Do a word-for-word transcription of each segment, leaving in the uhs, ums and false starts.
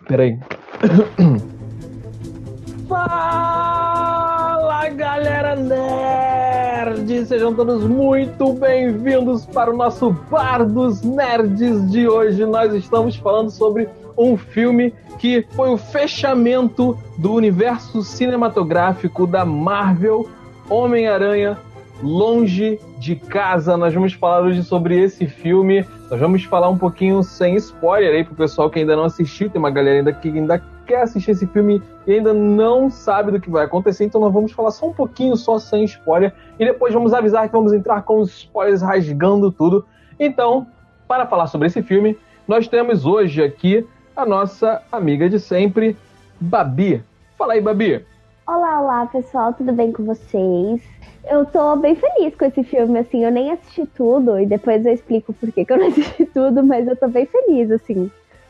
Peraí. Fala, galera nerd! Sejam todos muito bem-vindos para o nosso Bar dos Nerds de hoje. Nós estamos falando sobre um filme que foi o fechamento do universo cinematográfico da Marvel, Homem-Aranha, Longe de Casa. Nós vamos falar hoje sobre esse filme. Nós vamos falar um pouquinho sem spoiler aí pro pessoal que ainda não assistiu. Tem uma galera ainda que ainda quer assistir esse filme e ainda não sabe do que vai acontecer. Então nós vamos falar só um pouquinho, só sem spoiler. E depois vamos avisar que vamos entrar com os spoilers rasgando tudo. Então, para falar sobre esse filme, nós temos hoje aqui a nossa amiga de sempre, Babi. Fala aí, Babi. Olá, olá, pessoal. Tudo bem com vocês? Eu tô bem feliz com esse filme, assim, eu nem assisti tudo e depois eu explico por que eu não assisti tudo, mas eu tô bem feliz, assim.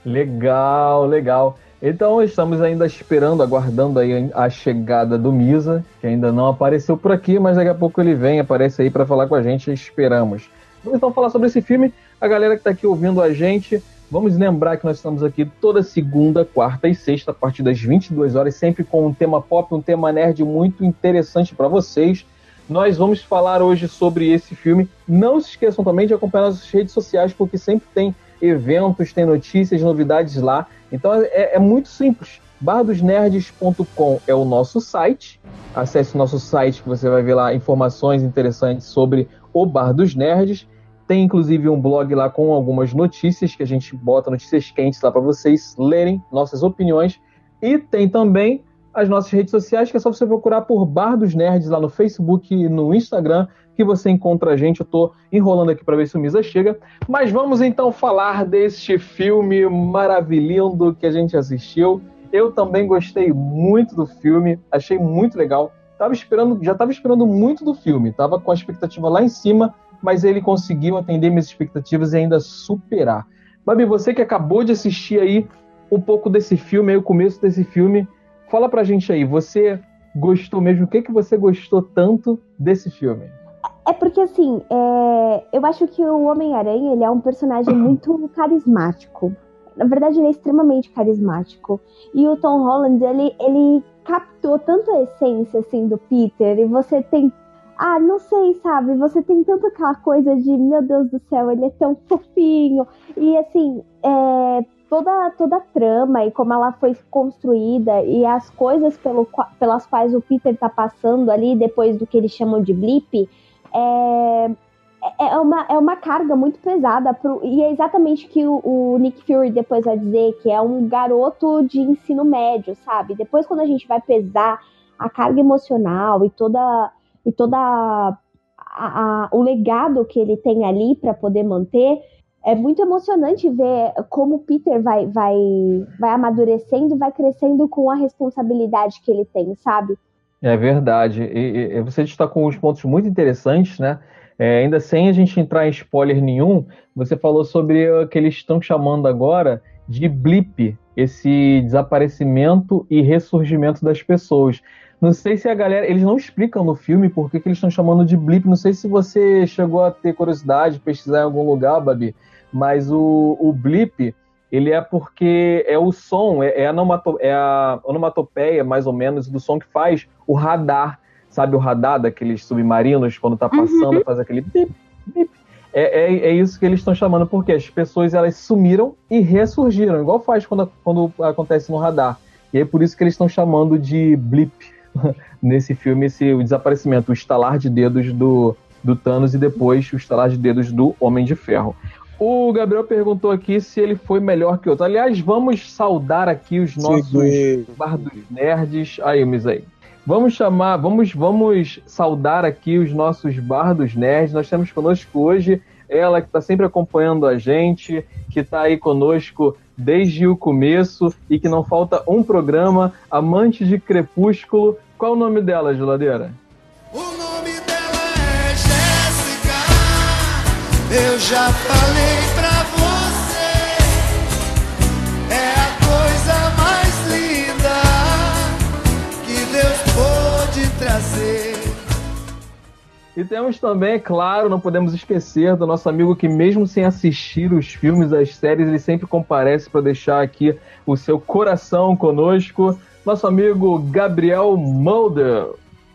Legal, legal. Então estamos ainda esperando, aguardando aí a chegada do Misa, que ainda não apareceu por aqui, mas daqui a pouco ele vem, aparece aí pra falar com a gente, esperamos. Vamos então falar sobre esse filme. A galera que tá aqui ouvindo a gente, vamos lembrar que nós estamos aqui toda segunda, quarta e sexta, a partir das vinte e duas horas, sempre com um tema pop, um tema nerd muito interessante para vocês. Nós vamos falar hoje sobre esse filme. Não se esqueçam também de acompanhar nossas redes sociais, porque sempre tem eventos, tem notícias, novidades lá. Então é, é muito simples. bar dos nerds ponto com é o nosso site. Acesse o nosso site que você vai ver lá informações interessantes sobre o Bar dos Nerds. Tem inclusive um blog lá com algumas notícias que a gente bota, notícias quentes lá para vocês lerem nossas opiniões. E tem também as nossas redes sociais, que é só você procurar por Bar dos Nerds lá no Facebook e no Instagram, que você encontra a gente. Eu tô enrolando aqui para ver se o Misa chega. Mas vamos então falar deste filme maravilhoso que a gente assistiu. Eu também gostei muito do filme, achei muito legal. Tava esperando, já estava esperando muito do filme, tava com a expectativa lá em cima, mas ele conseguiu atender minhas expectativas e ainda superar. Babi, você que acabou de assistir aí um pouco desse filme, aí o começo desse filme, fala pra gente aí, você gostou mesmo? O que, que você gostou tanto desse filme? É porque, assim, é... eu acho que o Homem-Aranha, ele é um personagem muito carismático. Na verdade, ele é extremamente carismático. E o Tom Holland, ele, ele captou tanto a essência, assim, do Peter, e você tem... Ah, não sei, sabe? Você tem tanto aquela coisa de, meu Deus do céu, ele é tão fofinho. E, assim, é... Toda, toda a trama e como ela foi construída e as coisas pelo, pelas quais o Peter tá passando ali depois do que eles chamam de blip, é, é, uma, é uma carga muito pesada pro, e é exatamente o que o, o Nick Fury depois vai dizer, que é um garoto de ensino médio, sabe? Depois, quando a gente vai pesar a carga emocional e toda, e toda a, a, o legado que ele tem ali para poder manter, é muito emocionante ver como o Peter vai, vai, vai amadurecendo e vai crescendo com a responsabilidade que ele tem, sabe? É verdade. E, e você destacou uns pontos muito interessantes, né? É, ainda sem a gente entrar em spoiler nenhum, você falou sobre o que eles estão chamando agora de blip, esse desaparecimento e ressurgimento das pessoas. Não sei se a galera... Eles não explicam no filme por que, que eles estão chamando de blip. Não sei se você chegou a ter curiosidade, pesquisar em algum lugar, Babi, mas o, o blip, ele é porque é o som, é, é, a onomato, é a onomatopeia, mais ou menos, do som que faz o radar. Sabe o radar daqueles submarinos, quando tá passando, uhum. faz aquele bip, bip. É, é, é isso que eles estão chamando, porque as pessoas, elas sumiram e ressurgiram, igual faz quando, quando acontece no radar. E é por isso que eles estão chamando de blip nesse filme, esse, o desaparecimento, o estalar de dedos do, do Thanos e depois o estalar de dedos do Homem de Ferro. O Gabriel perguntou aqui se ele foi melhor que outro. Aliás, vamos saudar aqui os nossos Sim. Bar dos Nerds. Aí, Misei. Vamos chamar, vamos, vamos saudar aqui os nossos Bar dos Nerds. Nós temos conosco hoje ela que está sempre acompanhando a gente, que está aí conosco desde o começo e que não falta um programa, amante de Crepúsculo. Qual o nome dela, Geladeira? O nome dela é Jéssica. Eu já falei pra você, é a coisa mais linda que Deus pôde trazer. E temos também, é claro, não podemos esquecer do nosso amigo que mesmo sem assistir os filmes, as séries, ele sempre comparece para deixar aqui o seu coração conosco. Nosso amigo Gabriel Mulder.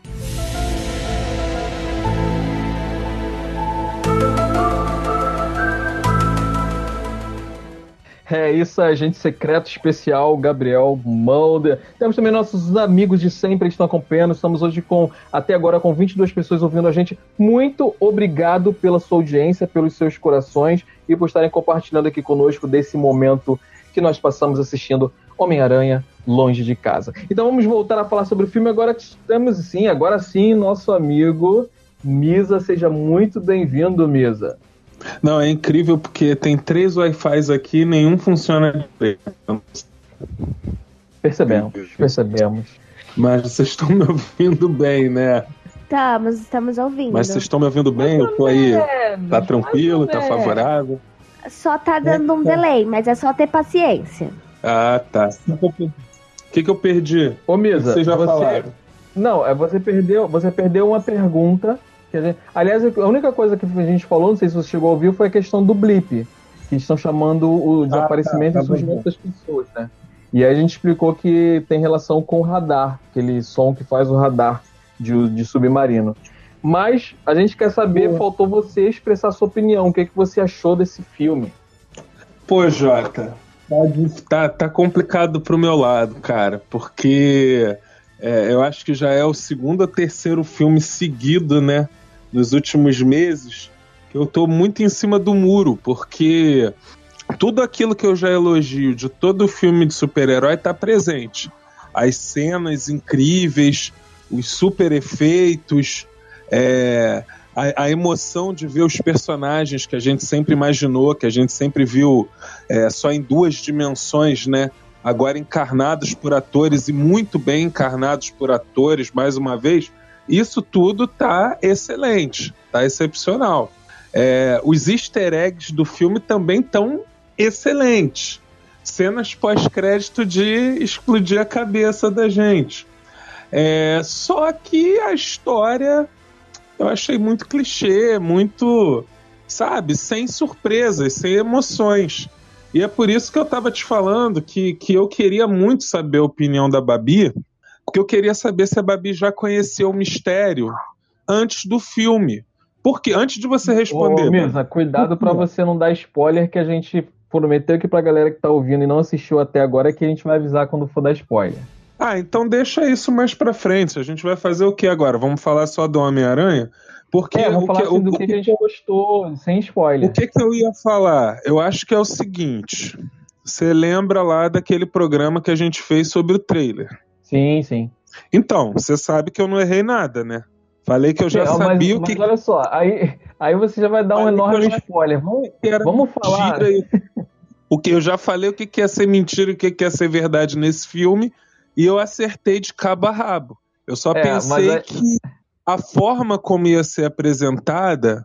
É isso, agente secreto especial, Gabriel Mulder. Temos também nossos amigos de sempre que estão acompanhando. Estamos hoje com, até agora, com vinte e duas pessoas ouvindo a gente. Muito obrigado pela sua audiência, pelos seus corações e por estarem compartilhando aqui conosco desse momento que nós passamos assistindo Homem-Aranha Longe de Casa. Então vamos voltar a falar sobre o filme. Agora estamos, sim, agora sim, nosso amigo Misa. Seja muito bem-vindo, Misa. Não, é incrível porque tem três Wi-Fis aqui e nenhum funciona direito. Percebemos, percebemos. Mas vocês estão me ouvindo bem, né? Estamos, estamos ouvindo. Mas vocês estão me ouvindo bem? Eu tô aí, tá tranquilo, tá favorável? Só tá dando um delay, mas é só ter paciência. Ah, tá. O que que eu perdi? Ô, Misa, vocês já você... falaram? Não, é você perdeu, você perdeu uma pergunta. Que gente... Aliás, a única coisa que a gente falou, não sei se você chegou a ouvir, foi a questão do blip, que estão chamando o desaparecimento ah, tá, tá e surgimento das pessoas, né? E aí a gente explicou que tem relação com o radar, aquele som que faz o radar de, de submarino. Mas a gente quer saber, Pô. faltou você expressar sua opinião. O que, é que você achou desse filme? Pô, Jota, tá, tá complicado pro meu lado, cara, porque é, eu acho que já é o segundo ou terceiro filme seguido, né, nos últimos meses, que eu tô muito em cima do muro, porque tudo aquilo que eu já elogio de todo filme de super-herói tá presente. As cenas incríveis, os super efeitos, é, a, a emoção de ver os personagens que a gente sempre imaginou, que a gente sempre viu é, só em duas dimensões, né? Agora encarnados por atores e muito bem encarnados por atores, mais uma vez. Isso tudo tá excelente, tá excepcional. É, os easter eggs do filme também estão excelentes. Cenas pós-crédito de explodir a cabeça da gente. É, só que a história eu achei muito clichê, muito, sabe, sem surpresas, sem emoções. E é por isso que eu tava te falando que, que eu queria muito saber a opinião da Babi, porque eu queria saber se a Babi já conhecia o mistério antes do filme. Porque antes de você responder... Ô, Misa, cuidado para você não dar spoiler, que a gente prometeu que pra galera que tá ouvindo e não assistiu até agora, que a gente vai avisar quando for dar spoiler. Ah, então deixa isso mais pra frente. A gente vai fazer o que agora? Vamos falar só do Homem-Aranha? Porque é, vamos o falar que, assim, o, do o, que, que a gente gostou, sem spoiler. O que que eu ia falar? Eu acho que é o seguinte. Você lembra lá daquele programa que a gente fez sobre o trailer? Sim, sim. Então, você sabe que eu não errei nada, né? Falei que eu já sim, sabia mas, o que... Mas olha só, aí, aí você já vai dar um falei enorme já... spoiler. Vamos, vamos falar... E... O que eu já falei o que que ia ser mentira e o que que ia ser verdade nesse filme, e eu acertei de cabo a rabo. Eu só é, pensei é... que a forma como ia ser apresentada,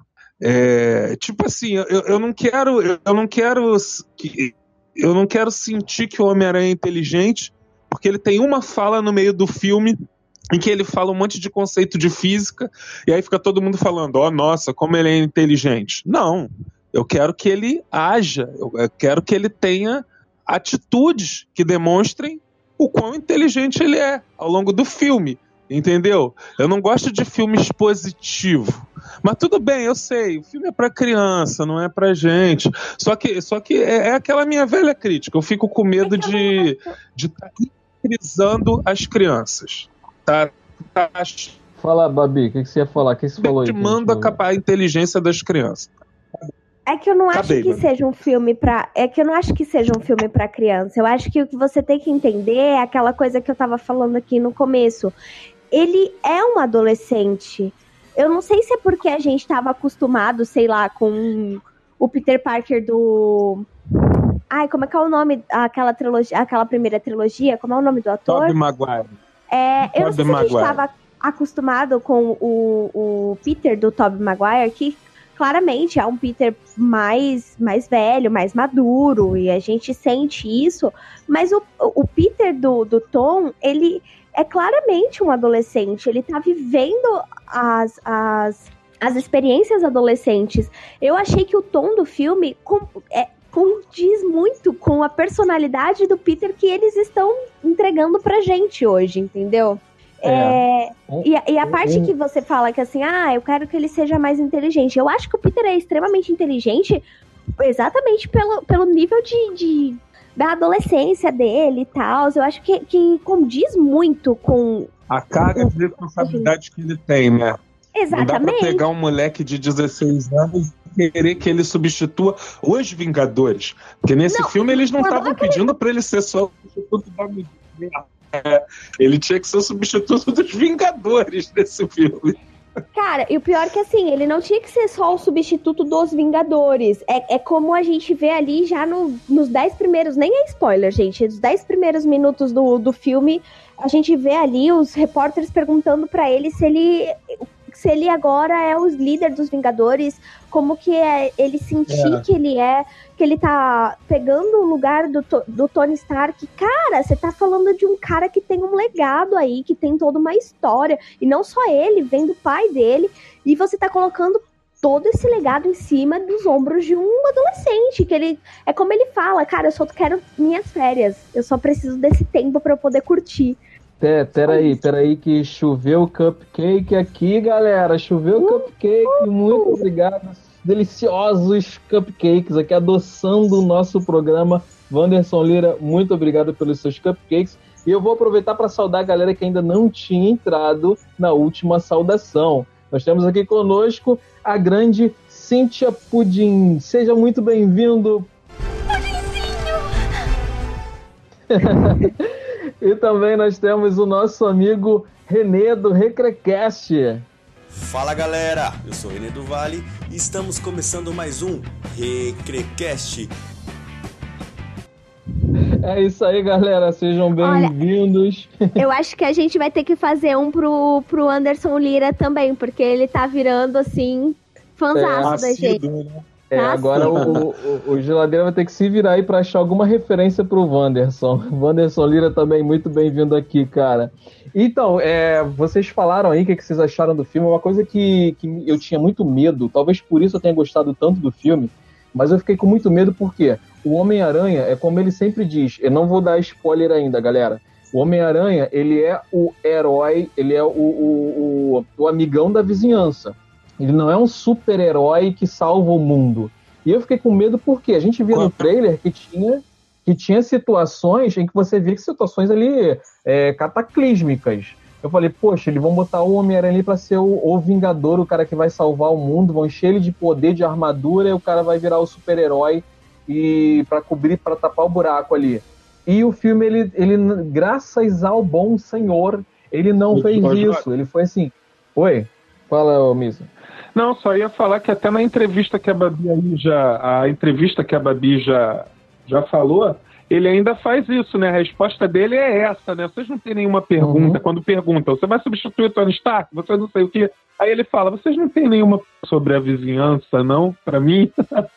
é, tipo assim, eu, eu não quero, eu não quero, eu não quero sentir que o Homem-Aranha é inteligente, porque ele tem uma fala no meio do filme em que ele fala um monte de conceito de física, e aí fica todo mundo falando, ó, oh, nossa, como ele é inteligente. Não, eu quero que ele haja, eu quero que ele tenha atitudes que demonstrem o quão inteligente ele é ao longo do filme. Entendeu? Eu não gosto de filme expositivo. Mas tudo bem, eu sei. O filme é pra criança, não é pra gente. Só que, só que é, é aquela minha velha crítica. Eu fico com medo de de estar hipnotizando as crianças. Tá? tá Fala, Babi, o que, que você ia falar? O que você falou aí? Manda acabar a inteligência das crianças. É que eu não acho Acabei, que mano. seja um filme pra. É que eu não acho que seja um filme pra criança. Eu acho que o que você tem que entender é aquela coisa que eu tava falando aqui no começo. Ele é um adolescente. Eu não sei se é porque a gente estava acostumado, sei lá, com o Peter Parker do... Ai, como é que é o nome? Aquela trilogia, aquela primeira trilogia, como é o nome do ator? Tobey Maguire. É, eu não sei se a gente estava acostumado com o, o Peter do Tobey Maguire, que claramente é um Peter mais, mais velho, mais maduro, e a gente sente isso, mas o, o Peter do, do Tom, ele... é claramente um adolescente, ele tá vivendo as, as, as experiências adolescentes. Eu achei que o tom do filme com, é, condiz muito com a personalidade do Peter que eles estão entregando pra gente hoje, entendeu? É. É, e, a, e a parte que você fala que assim, ah, eu quero que ele seja mais inteligente. Eu acho que o Peter é extremamente inteligente exatamente pelo, pelo nível de, de, da adolescência dele e tal. Eu acho que, que condiz muito com... A carga de responsabilidade que ele tem, né? Exatamente. Não dá pra pegar um moleque de dezesseis anos e querer que ele substitua os Vingadores. Porque nesse não, filme eles não estavam pedindo ele... pra ele ser só o substituto da medida. Ele tinha que ser o substituto dos Vingadores nesse filme. Cara, e o pior é que assim, ele não tinha que ser só o substituto dos Vingadores. É, é como a gente vê ali já no, nos dez primeiros, nem é spoiler, gente, nos dez primeiros minutos do, do filme, a gente vê ali os repórteres perguntando pra ele se ele... se ele agora é o líder dos Vingadores, como que é ele sentir é. que ele é, que ele tá pegando o lugar do, do Tony Stark. Cara, você tá falando de um cara que tem um legado aí, que tem toda uma história, e não só ele, vem do pai dele, e você tá colocando todo esse legado em cima dos ombros de um adolescente, que ele, é como ele fala, cara, eu só quero minhas férias, eu só preciso desse tempo pra eu poder curtir. É, peraí, peraí que choveu cupcake aqui, galera. Choveu uh, cupcake, uh, muito obrigado. Deliciosos cupcakes aqui, adoçando o nosso programa. Wanderson Lira, muito obrigado pelos seus cupcakes. E eu vou aproveitar para saudar a galera que ainda não tinha entrado na última saudação. Nós temos aqui conosco a grande Cíntia Pudim. Seja muito bem-vindo. Pudimzinho! E também nós temos o nosso amigo Renê do Recrecast. Fala galera, eu sou o Renê do Vale e estamos começando mais um Recrecast. É isso aí, galera, sejam bem-vindos. Eu acho que a gente vai ter que fazer um pro, pro Anderson Lira também, porque ele tá virando assim, fãzaço é, da gente. Né? É, agora o, o, o Geladeira vai ter que se virar aí pra achar alguma referência pro Wanderson. Wanderson Lira também, muito bem-vindo aqui, cara. Então, é, vocês falaram aí o que, que vocês acharam do filme. Uma coisa que, que eu tinha muito medo, talvez por isso eu tenha gostado tanto do filme, mas eu fiquei com muito medo porque o Homem-Aranha é como ele sempre diz, eu não vou dar spoiler ainda, galera. O Homem-Aranha, ele é o herói, ele é o, o, o, o amigão da vizinhança. Ele não é um super-herói que salva o mundo. E eu fiquei com medo porque a gente via no trailer que tinha, que tinha situações em que você via que situações ali é, cataclísmicas. Eu falei, poxa, eles vão botar o Homem-Aranha ali pra ser o, o Vingador, o cara que vai salvar o mundo, vão encher ele de poder, de armadura, e o cara vai virar o super-herói e para cobrir, para tapar o buraco ali. E o filme, ele, ele graças ao bom Senhor, ele não fez isso. Ele foi assim... Oi? Fala, Misa. Não, só ia falar que até na entrevista que a Babi aí já, a entrevista que a Babi já, já falou, ele ainda faz isso, né? A resposta dele é essa, né? Vocês não têm nenhuma pergunta. Uhum. Quando perguntam, você vai substituir o Tony Stark? Você não sei o quê. Aí ele fala, vocês não têm nenhuma sobre a vizinhança, não? Pra mim?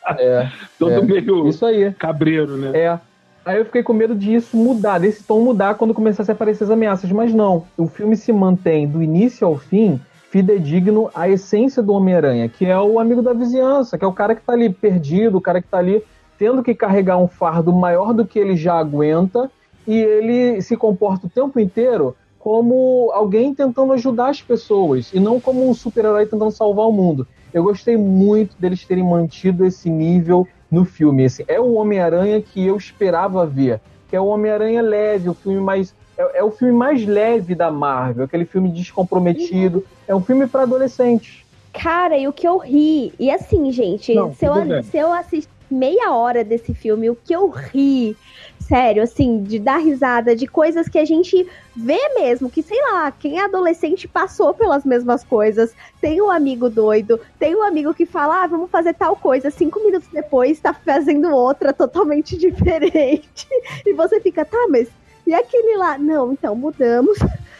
É. Todo é. meio isso aí. Cabreiro, né? É. Aí eu fiquei com medo disso mudar, desse tom mudar quando começasse a aparecer as ameaças. Mas não, o filme se mantém do início ao fim fidedigno à essência do Homem-Aranha, que é o amigo da vizinhança, que é o cara que tá ali perdido, o cara que tá ali tendo que carregar um fardo maior do que ele já aguenta, e ele se comporta o tempo inteiro como alguém tentando ajudar as pessoas, e não como um super-herói tentando salvar o mundo. Eu gostei muito deles terem mantido esse nível no filme. Esse é o Homem-Aranha que eu esperava ver, que é o Homem-Aranha leve, o filme mais... É, é o filme mais leve da Marvel, aquele filme descomprometido. É um filme para adolescentes. Cara, e o que eu ri... E assim, gente, Não, se, eu, se eu assistir meia hora desse filme, o que eu ri... Sério, assim, de dar risada, de coisas que a gente vê mesmo, que, sei lá, quem é adolescente passou pelas mesmas coisas. Tem um amigo doido, tem um amigo que fala, ah, vamos fazer tal coisa. Cinco minutos depois, tá fazendo outra totalmente diferente. E você fica, tá, mas e aquele lá? Não, então, mudamos.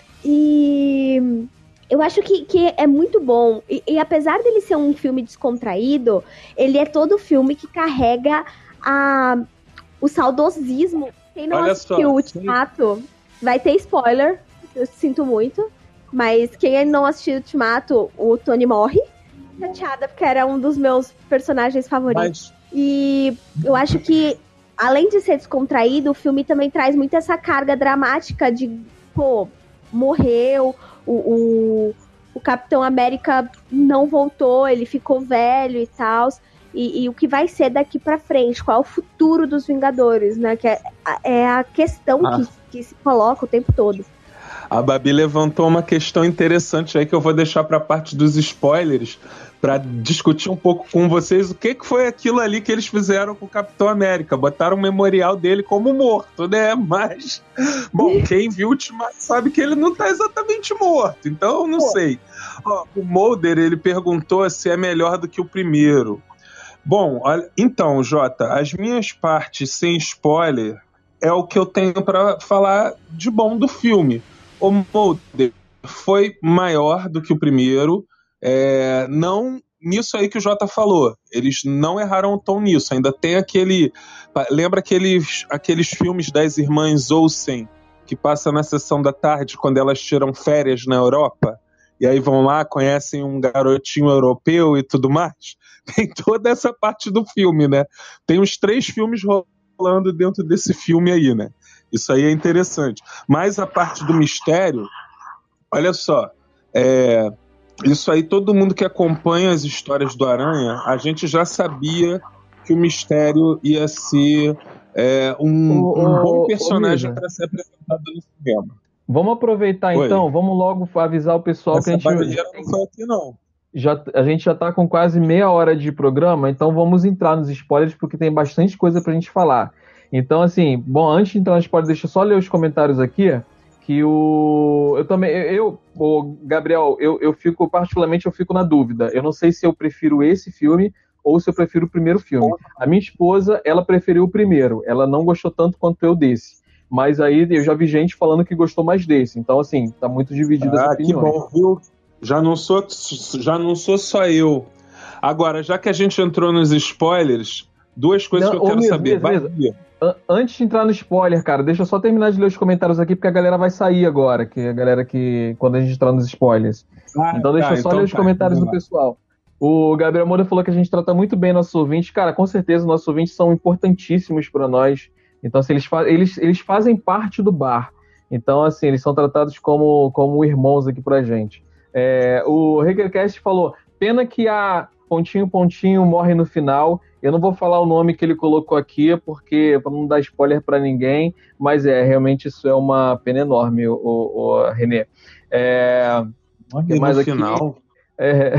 E... eu acho que, que é muito bom. E, e apesar dele ser um filme descontraído, ele é todo filme que carrega a... o saudosismo. Quem não Olha assistiu só, o Ultimato, sim. Vai ter spoiler, eu sinto muito, mas quem não assistiu o Ultimato, o Tony morre, chateada, porque era um dos meus personagens favoritos. Mas... E eu acho que, além de ser descontraído, o filme também traz muito essa carga dramática de, pô, morreu, o, o, o Capitão América não voltou, ele ficou velho e tal. E, e o que vai ser daqui pra frente, qual é o futuro dos Vingadores, né? Que é, é a questão ah. que, que se coloca o tempo todo. A Babi levantou uma questão interessante aí que eu vou deixar pra parte dos spoilers, pra discutir um pouco com vocês o que, que foi aquilo ali que eles fizeram com o Capitão América. Botaram o memorial dele como morto, né? Mas, bom, quem viu o Ultimato sabe que ele não tá exatamente morto, então não Pô. sei. Ó, o Mulder, ele perguntou se é melhor do que o primeiro. Bom, olha, então, Jota, as minhas partes sem spoiler é o que eu tenho pra falar de bom do filme. O Mulder foi maior do que o primeiro, é, não nisso aí que o Jota falou, eles não erraram o tom nisso, ainda tem aquele, lembra aqueles, aqueles filmes das irmãs Olsen, que passa na sessão da tarde, quando elas tiram férias na Europa, e aí vão lá, conhecem um garotinho europeu e tudo mais? Tem toda essa parte do filme, né? Tem uns três filmes rolando dentro desse filme aí, né? Isso aí é interessante. Mas a parte do mistério, olha só, é, isso aí todo mundo que acompanha as histórias do Aranha, a gente já sabia que o mistério ia ser é, um, ô, um bom ô, personagem ô, para ser apresentado no cinema. Vamos aproveitar Oi. então, vamos logo avisar o pessoal Essa que a gente... não foi aqui não. Já, a gente já tá com quase meia hora de programa, então vamos entrar nos spoilers porque tem bastante coisa pra gente falar. Então, assim, bom, antes de entrar nos spoilers, deixa eu só ler os comentários aqui, que o... Eu também, eu, o Gabriel, eu, eu fico, particularmente, eu fico na dúvida. Eu não sei se eu prefiro esse filme ou se eu prefiro o primeiro filme. A minha esposa, ela preferiu o primeiro, ela não gostou tanto quanto eu desse. Mas aí eu já vi gente falando que gostou mais desse. Então, assim, tá muito dividido ah, as opiniões. Que bom, viu? Já não sou, já não sou só eu. Agora, já que a gente entrou nos spoilers, duas coisas não, que eu quero mesmo, saber. Mesmo, mesmo. Antes de entrar no spoiler, cara, deixa eu só terminar de ler os comentários aqui, porque a galera vai sair agora, que a galera que... quando a gente entrar nos spoilers. Ah, então deixa tá, eu só então ler os tá, comentários do pessoal. O Gabriel Moura falou que a gente trata muito bem nossos ouvintes. Cara, com certeza, nossos ouvintes são importantíssimos para nós. Então, assim, eles, fa- eles, eles fazem parte do bar. Então, assim, eles são tratados como, como irmãos aqui pra gente. É, o Hackercast falou, pena que a pontinho, pontinho morre no final. Eu não vou falar o nome que ele colocou aqui, porque para não dar spoiler para ninguém, mas é, realmente isso é uma pena enorme, o, o, o Renê. É, morre no aqui? final. É,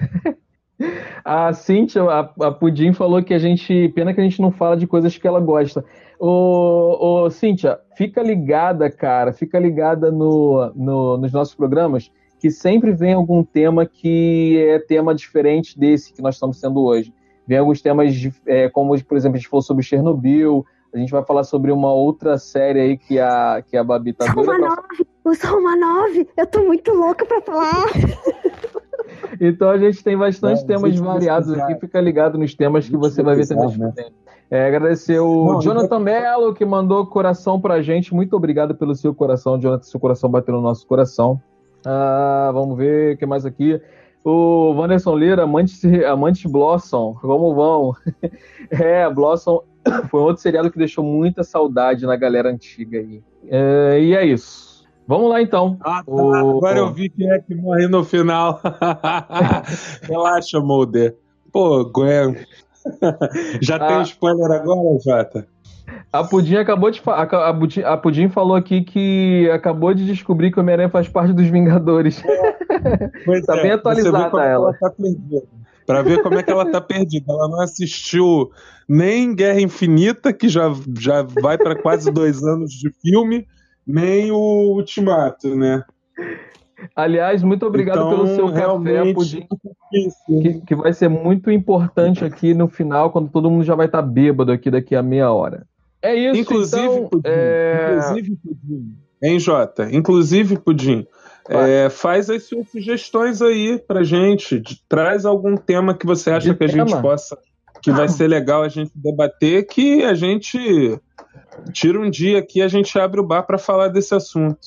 a Cíntia, a, a Pudim falou que a gente, pena que a gente não fala de coisas que ela gosta. Ô, ô Cíntia, fica ligada, cara, fica ligada no, no, nos nossos programas, que sempre vem algum tema que é tema diferente desse que nós estamos tendo hoje. Vem alguns temas, é, como, por exemplo, a gente falou sobre Chernobyl, a gente vai falar sobre uma outra série aí que a, que a Babi tá doida. Soma nove, o Soma nove, eu tô muito louca pra falar. Então a gente tem bastante é, temas variados aqui, fica ligado nos temas que você vai ver também. Né? É, agradecer o Não, Jonathan eu... Mello, que mandou coração pra gente. Muito obrigado pelo seu coração, Jonathan. Seu coração bateu no nosso coração. Ah, vamos ver o que mais aqui. O Wanderson Lira, amante, amante Blossom. Como vão? É, Blossom foi um outro seriado que deixou muita saudade na galera antiga aí. É, e é isso. Vamos lá, então. Ah, tá. o... Agora eu vi quem é que morreu no final. Relaxa, Mulder. Pô, Gwen. Já ah, tem spoiler agora, Jota? A Pudim acabou de fa... a, Pudim, a Pudim falou aqui que acabou de descobrir que o Homem-Aranha faz parte dos Vingadores. É. Tá é, bem atualizada ela. ela tá perdida. Pra ver como é que ela tá perdida. Ela não assistiu nem Guerra Infinita, que já, já vai para quase dois anos de filme, nem o Ultimato, né? Aliás, muito obrigado então, pelo seu café, Pudim, que, que vai ser muito importante aqui no final, quando todo mundo já vai estar bêbado aqui daqui a meia hora. É isso, inclusive, então... Pudim, é... Inclusive, Pudim. Hein, Jota? Inclusive, Pudim, é, faz as suas sugestões aí pra gente. De, traz algum tema que você acha De que a tema? gente possa... Que vai ser legal a gente debater, que a gente tira um dia aqui e a gente abre o bar pra falar desse assunto.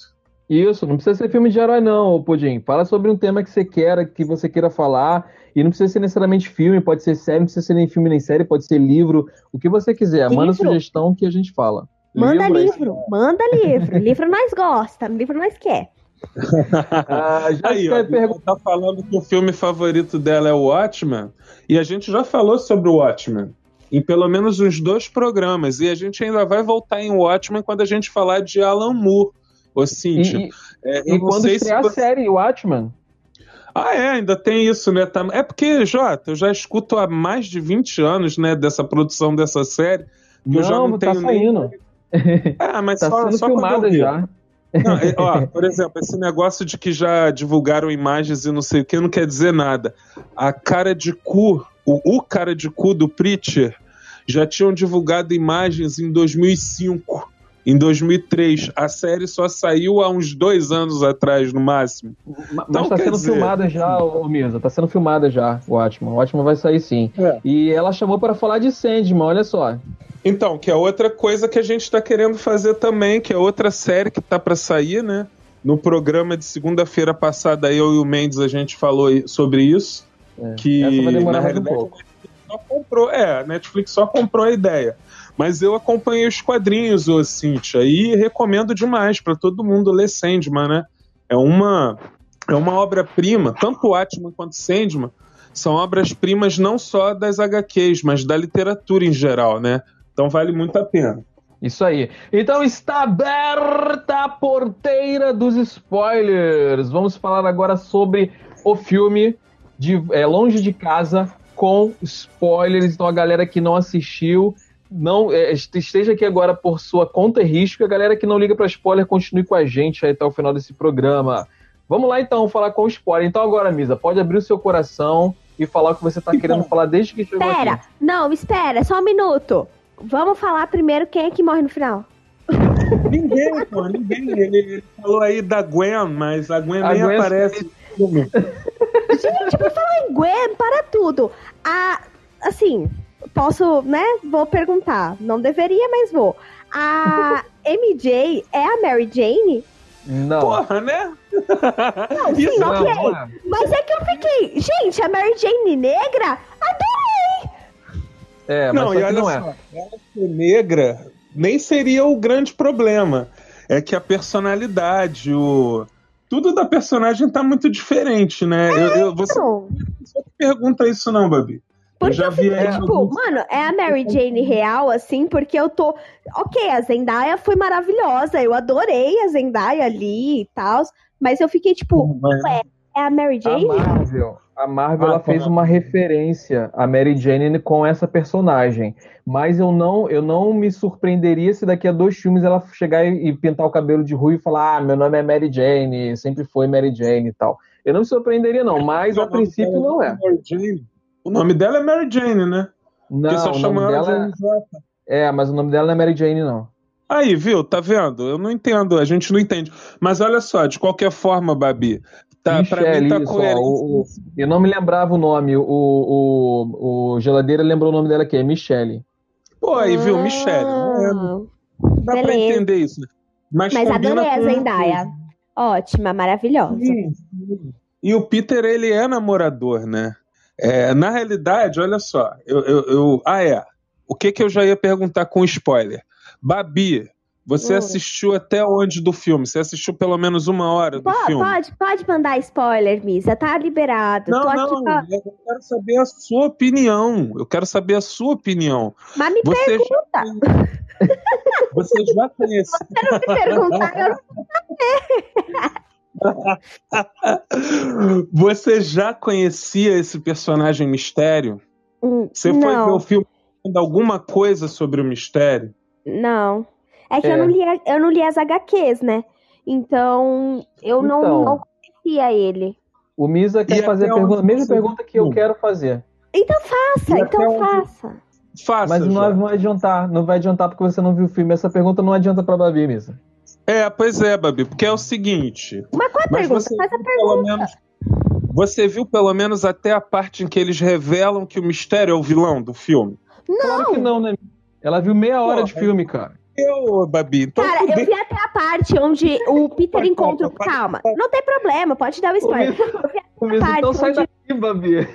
Isso, não precisa ser filme de herói, não, ô Pudim. Fala sobre um tema que você queira, que você queira falar, e não precisa ser necessariamente filme, pode ser série, não precisa ser nem filme nem série, pode ser livro, o que você quiser. Manda Livro? sugestão que a gente fala. Manda Livro, é isso. livro, manda livro. Livro nós gosta, livro nós quer. Ah, já Aí, fica ó, aí pergun- tá falando que o filme favorito dela é o Watchmen, e a gente já falou sobre o Watchmen em pelo menos uns dois programas, e a gente ainda vai voltar em Watchmen quando a gente falar de Alan Moore, ô Cíntia. E, É, e eu não quando sei estrear se a você- série Watchmen, Ah, é, ainda tem isso, né? Tá- É porque, Jota, eu já escuto há mais de vinte anos, né, dessa produção dessa série, que eu já não, não tá tenho nem... saindo. Ah, mas Tá só, sendo só quando eu filmada vi. já. Não, é, ó, por exemplo, esse negócio de que já divulgaram imagens e não sei o que não quer dizer nada. A cara de cu, o, o cara de cu do Preacher já tinham divulgado imagens em dois mil e cinco, em dois mil e três. A série só saiu há uns dois anos atrás, no máximo. Ma- Mas Então, tá quer sendo dizer- filmada já, ô Misa. Tá sendo filmada já, o Watchmen. O Watchmen vai sair sim. É. E ela chamou para falar de Sandman, olha só. Então, que é outra coisa que a gente tá querendo fazer também, que é outra série que tá pra sair, né? No programa de segunda-feira passada, eu e o Mendes, a gente falou i- sobre isso. É, Que, essa vai demorar na mais um realidade, pouco. só comprou, é, a Netflix só comprou a ideia. Mas eu acompanhei os quadrinhos, ô Cíntia, e recomendo demais para todo mundo ler Sandman, né? É uma, é uma obra-prima, tanto Watchmen quanto Sandman são obras-primas não só das agá quês, mas da literatura em geral, né? Então vale muito a pena. Isso aí. Então está aberta a porteira dos spoilers. Vamos falar agora sobre o filme de é, Longe de Casa com spoilers. Então a galera que não assistiu, não é, esteja aqui agora por sua conta e risco. A galera que não liga para spoiler, continue com a gente aí até o final desse programa. Vamos lá então falar com spoiler. Então agora, Misa, pode abrir o seu coração e falar o que você está querendo falar desde que chegou Espera, aqui. não, espera, só um minuto. Vamos falar primeiro quem é que morre no final. Ninguém, pô, ninguém. Ele, ele falou aí da Gwen, mas a Gwen A nem Gwen aparece no filme. Gente, por falar em Gwen, para tudo. A, assim, posso, né? Vou perguntar. Não deveria, mas vou. A M J é a Mary Jane? Não. Porra, né? Não, sim, Isso não, ok. não é. Mas é que eu fiquei. Gente, a Mary Jane negra? Adorei! É, mas Não, só e que olha não é. só, ela ser negra nem seria o grande problema. É que a personalidade, o... tudo da personagem tá muito diferente, né? eu, eu, você Não. não pergunta isso não, Babi. Porque eu já eu vi fiquei, aí tipo, alguns- mano, é a Mary Jane real, assim, porque eu tô. Ok, a Zendaya foi maravilhosa, eu adorei a Zendaya ali e tal, mas eu fiquei, tipo, ué, é a Mary A Jane? Marvel, a Marvel Ah, ela tá. fez uma referência a Mary Jane com essa personagem, mas eu não, eu não me surpreenderia se daqui a dois filmes ela chegar e e pintar o cabelo de ruivo e falar, ah, meu nome é Mary Jane, sempre foi Mary Jane e tal. Eu não me surpreenderia não, mas a O nome princípio dela não é. Mary Jane. O nome dela é Mary Jane, né? Porque Não, só o chama nome ela de dela M J. é, mas o nome dela não é Mary Jane não. Aí, viu? Tá vendo? Eu não entendo, a gente não entende. Mas olha só, de qualquer forma, Babi, tá, pra mim Michelle, tá isso, ó, coerente. o- o- eu não me lembrava o nome, o, o, o Geladeira lembrou o nome dela aqui, é Michelle. Pô, aí, viu? Michelle. É, Ah, dá pra beleza. entender isso. né? Mas, Mas combina adorei a com- Zendaya. Ótima, maravilhosa. Sim, sim. E o Peter, ele é namorador, né? É, na realidade, olha só, eu, eu, eu- ah, é. O que que eu já ia perguntar com spoiler? Babi, você Hum. assistiu até onde do filme? Você assistiu pelo menos uma hora do Po- filme? Pode, pode mandar spoiler, Misa, tá liberado. Não, Tô aqui não, pra... eu quero saber a sua opinião. Eu quero saber a sua opinião. Mas me Você já, pergunta. você já conhece. Se não me perguntar, eu não... Você já conhecia esse personagem mistério? Hum, Você foi ver não, o filme sabendo alguma coisa sobre o mistério? não. É que É. eu, não li, a- eu não li as agá quês, né? Então, eu não, Então. não conhecia ele. O Misa quer E fazer a, até pergunta, a onde mesma você pergunta que eu viu? quero fazer. Então faça, E então até onde- faça. Faça, Mas não já. vai adiantar, não vai adiantar porque você não viu o filme. Essa pergunta não adianta pra Babi, Misa. É, pois é, Babi, porque é o seguinte. Mas qual é a Mas pergunta? você Faz a viu pelo pergunta. menos. Você viu pelo menos até a parte em que eles revelam que o mistério é o vilão do filme? Claro que não, né? Ela viu meia hora de Porra. filme, cara. Eu, Babi. Então, Cara, fudeu. eu vi até a parte onde o Peter Pode, encontra... pode, pode. Calma, não tem problema, pode dar o spoiler. Eu vi até O a Misa, parte então sai onde... daqui, Babi.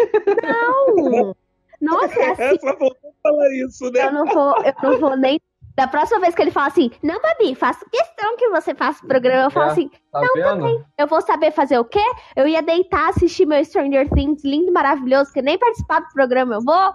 Não! Nossa, é assim... Essa voltou a falar isso, né? Eu não vou, eu não vou nem... Da próxima vez que ele fala assim, não, Babi, faço questão que você faça o programa, eu falo É, assim, tá não, vendo? também. Eu vou saber fazer o quê? Eu ia deitar, assistir meu Stranger Things lindo, maravilhoso, que nem participar do programa eu vou.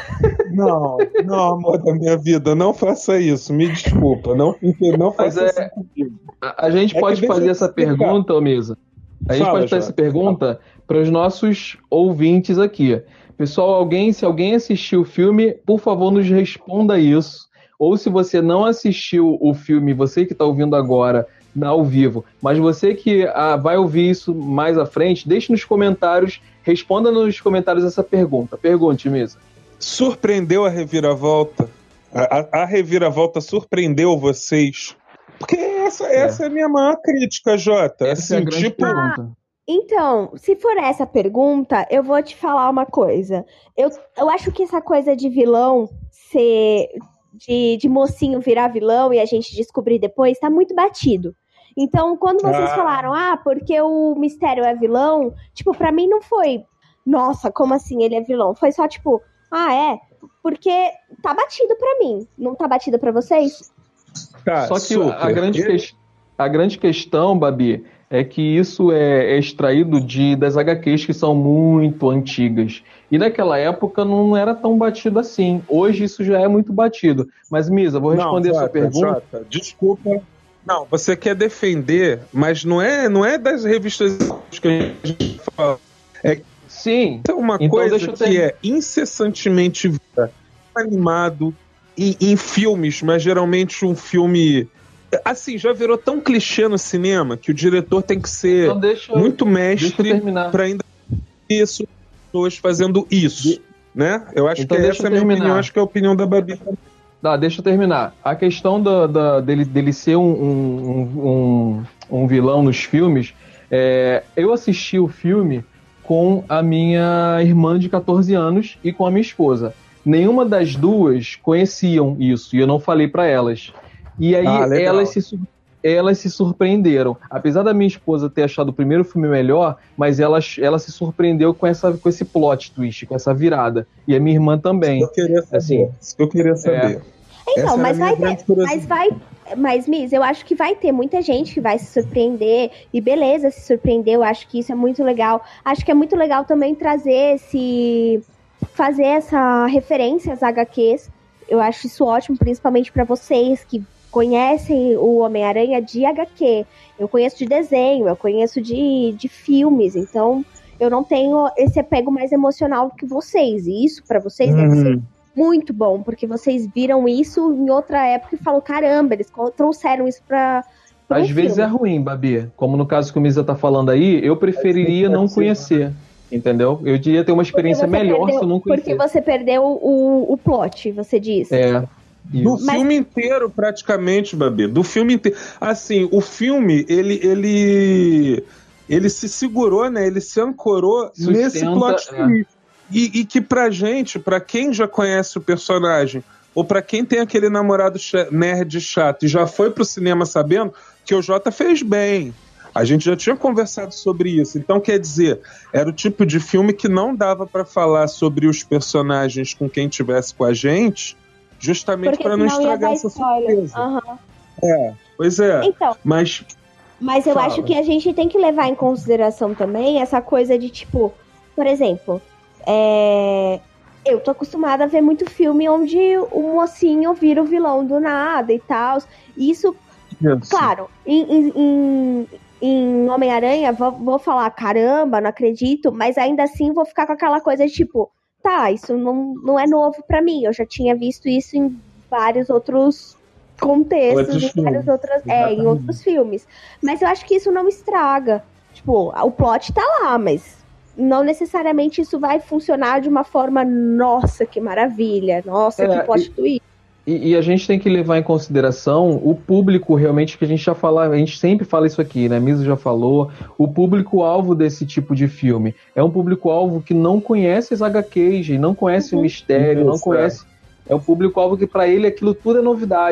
Não, não, amor da minha vida, não faça isso. Me desculpa, não, não Mas faça é- isso comigo. A, a gente É que pode deixa fazer eu essa explicar. pergunta, ô Misa. A gente Fala, pode fazer essa Jota. pergunta para os nossos ouvintes aqui. Pessoal, alguém, se alguém assistiu o filme, por favor, nos responda isso. Ou se você não assistiu o filme, você que está ouvindo agora ao vivo, mas você que ah, vai ouvir isso mais à frente, deixe nos comentários, responda nos comentários essa pergunta. Pergunte, Misa. Surpreendeu a reviravolta? A, a- a reviravolta surpreendeu vocês? Porque essa, essa é a minha maior crítica, Jota. Essa é a Assim, grande tipo, pergunta. Então, se for essa pergunta, eu vou te falar uma coisa. Eu, eu acho que essa coisa de vilão ser... De, de mocinho virar vilão e a gente descobrir depois, tá muito batido. Então, quando vocês Ah. falaram, ah, porque o Mistério é vilão, tipo, pra mim não foi, nossa, como assim ele é vilão? Foi só tipo, ah, é? Porque tá batido pra mim. Não tá batido pra vocês? tá, Só que super. a grande, Ele- que- a grande questão, Babi, é que isso é, é extraído de, das agá quês que são muito antigas. E naquela época não era tão batido assim. Hoje isso já é muito batido. Mas, Misa, vou responder não, a sua Jota, pergunta. Jota, desculpa. Não, você quer defender, mas não é, não é das revistas que a gente fala. Sim, É uma Então, coisa deixa eu que ter- é incessantemente vista, animado em, em filmes, mas geralmente um filme. Assim, já virou tão clichê no cinema que o diretor tem que ser então deixa, eu- muito deixa eu mestre terminar. para ainda isso, pessoas fazendo isso, né? Eu acho Então que deixa essa é eu a minha terminar. opinião, acho que é a opinião da Babi. Tá, deixa eu terminar. A questão da, da- dele, dele ser um, um, um, um vilão nos filmes, é, eu assisti o filme com a minha irmã de catorze anos e com a minha esposa. Nenhuma das duas conheciam isso e eu não falei pra elas. E aí Ah, legal. elas se, sur- elas se surpreenderam. Apesar da minha esposa ter achado o primeiro filme melhor, mas ela, ela se surpreendeu com, essa, com esse plot twist, com essa virada. E a minha irmã também. Eu queria saber. Assim, Isso que eu queria saber. Então, Essa era mas a minha vai grande ter, curiosidade. mas vai, mas Miss, eu acho que vai ter muita gente que vai se surpreender e beleza, se surpreender, eu acho que isso é muito legal. Acho que é muito legal também trazer esse, fazer essa referência às agá quês. Eu acho isso ótimo, principalmente para vocês que conhecem o Homem-Aranha de agá quê. Eu conheço de desenho, eu conheço de, de filmes, então eu não tenho esse apego mais emocional que vocês. E isso para vocês deve Uhum. ser muito bom, porque vocês viram isso em outra época e falaram, caramba, eles co- trouxeram isso pra, pra um Às vezes filme. é ruim, Babi. Como no caso que o Misa tá falando aí, eu preferiria não conhecer. Entendeu? Eu diria ter uma Porque experiência você melhor perdeu- se eu não Porque conhecer. você perdeu o, o plot, você disse. É. Do Isso. Mas- filme inteiro, praticamente, Babi. Do filme inteiro. Assim, o filme, ele, ele, ele se segurou, né? Ele se ancorou Sustenta, nesse plot é. twist. E, e que pra gente, pra quem já conhece o personagem, ou pra quem tem aquele namorado cha- nerd chato e já foi pro cinema sabendo que o Jota fez bem. A gente já tinha conversado sobre isso. Então, quer dizer, era o tipo de filme que não dava pra falar sobre os personagens com quem tivesse com a gente, justamente Porque pra não senão ia estragar dar essa spoiler. surpresa. Aham. É, pois é. Então, Mas mas eu Fala. acho que a gente tem que levar em consideração também essa coisa de, tipo, por exemplo, é, eu tô acostumada a ver muito filme onde o mocinho vira o vilão do nada e tal. Isso, claro, em, em, em, em Homem-Aranha, vou, vou falar, caramba, não acredito, mas ainda assim vou ficar com aquela coisa de, tipo, tá, isso não, não é novo pra mim, eu já tinha visto isso em vários outros contextos, Outros em filmes, vários outros, é, em exatamente. outros filmes. Mas eu acho que isso não estraga. Tipo, o plot tá lá, mas não necessariamente isso vai funcionar de uma forma, nossa, que maravilha, nossa, É, que plot twist. E, e a gente tem que levar em consideração o público realmente que a gente já fala, a gente sempre fala isso aqui, né? Miso já falou, o público-alvo desse tipo de filme. É um público-alvo que não conhece as agá quês, não conhece Uhum. o mistério, não Isso, conhece. É um público-alvo que para ele aquilo tudo é novidade.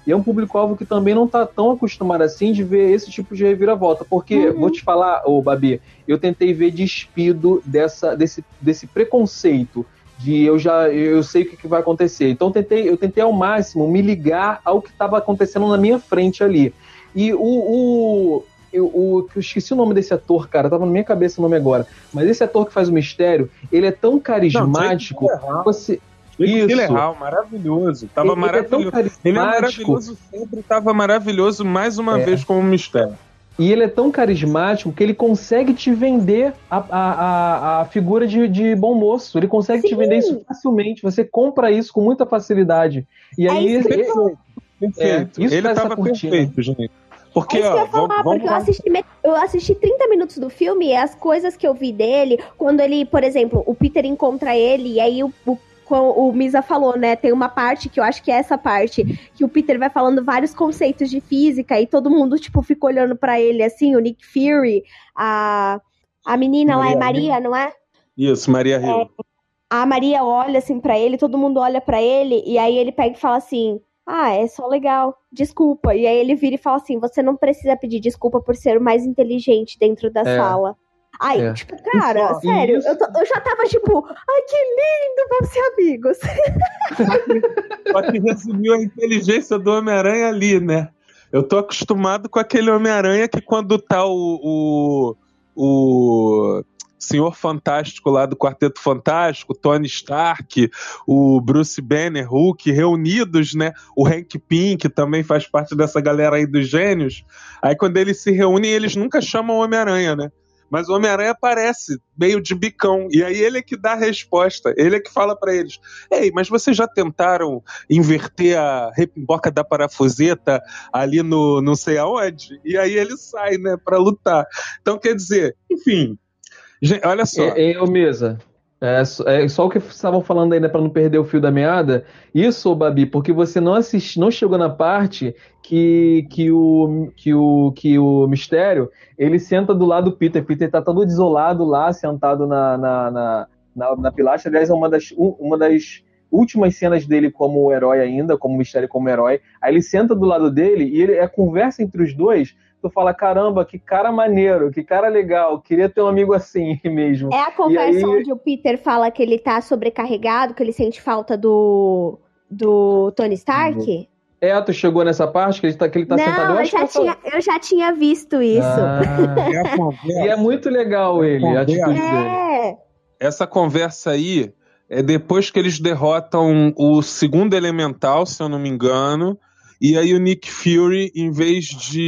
E é um público-alvo que também não tá tão acostumado assim de ver esse tipo de reviravolta. Porque, uhum. vou te falar, ô Babi, eu tentei ver despido dessa, desse, desse preconceito de eu já eu sei o que, que vai acontecer. Então eu tentei, eu tentei ao máximo me ligar ao que estava acontecendo na minha frente ali. E o... o Eu, o, eu esqueci o nome desse ator, cara, tava na minha cabeça o nome agora. Mas esse ator que faz o Mistério, ele é tão carismático. Não, você... Isso. Gyllenhaal, maravilhoso. Tava ele, maravilhoso. Ele é, ele é maravilhoso sempre, tava maravilhoso mais uma é. vez como Mistério. E ele é tão carismático que ele consegue te vender a, a, a, a figura de, de bom moço. Ele consegue Sim. te vender isso facilmente. Você compra isso com muita facilidade. E aí... É isso ele, perfeito. perfeito. É, isso ele tava perfeito, gente. Porque, é isso ó, que eu ia falar, vamos, porque eu assisti, eu assisti trinta minutos do filme e as coisas que eu vi dele, quando ele, por exemplo, o Peter encontra ele, e aí o, o, o Misa falou, né, tem uma parte que eu acho que é essa parte, que o Peter vai falando vários conceitos de física e todo mundo, tipo, fica olhando pra ele, assim, o Nick Fury, a, a menina Maria lá é Maria, Hill. Não é? Isso, Maria Hill. É, a Maria olha, assim, pra ele, todo mundo olha pra ele, e aí ele pega e fala assim... Ah, é só legal, desculpa. E aí ele vira e fala assim, você não precisa pedir desculpa por ser o mais inteligente dentro da é. sala. Aí, é. tipo, cara, isso, sério, isso. Eu, tô, eu já tava tipo, ai, que lindo, vamos ser amigos. Só que resumiu a inteligência do Homem-Aranha ali, né? Eu tô acostumado com aquele Homem-Aranha que quando tá o... o, o... Senhor Fantástico lá do Quarteto Fantástico, Tony Stark, o Bruce Banner, Hulk, reunidos, né? O Hank Pym, que também faz parte dessa galera aí dos gênios. Aí quando eles se reúnem, eles nunca chamam o Homem-Aranha, né? Mas o Homem-Aranha aparece, meio de bicão. E aí ele é que dá a resposta. Ele é que fala pra eles. Ei, mas vocês já tentaram inverter a repimboca da parafuseta ali no não sei aonde? E aí ele sai, né? Pra lutar. Então, quer dizer, enfim... Gente, olha só. É, é, Mesa, é, é só o que estavam falando aí, né, para não perder o fio da meada. Isso, Babi, porque você não assisti, não chegou na parte que, que, o, que, o, que o Mistério, ele senta do lado do Peter. Peter tá todo desolado lá, sentado na, na, na, na, na pilastra. Aliás, é uma das, uma das últimas cenas dele como herói ainda, como Mistério como herói. Aí ele senta do lado dele e ele, a conversa entre os dois... Tu fala, caramba, que cara maneiro, que cara legal, queria ter um amigo assim mesmo. É a conversa aí... onde o Peter fala que ele tá sobrecarregado, que ele sente falta do, do Tony Stark? É, tu chegou nessa parte que ele tá, que ele tá Não, sentado? Eu, eu, já tinha, eu já tinha visto isso. Ah, e é muito legal ele, a atitude é. dele. Essa conversa aí é depois que eles derrotam o segundo elemental, se eu não me engano. E aí o Nick Fury, em vez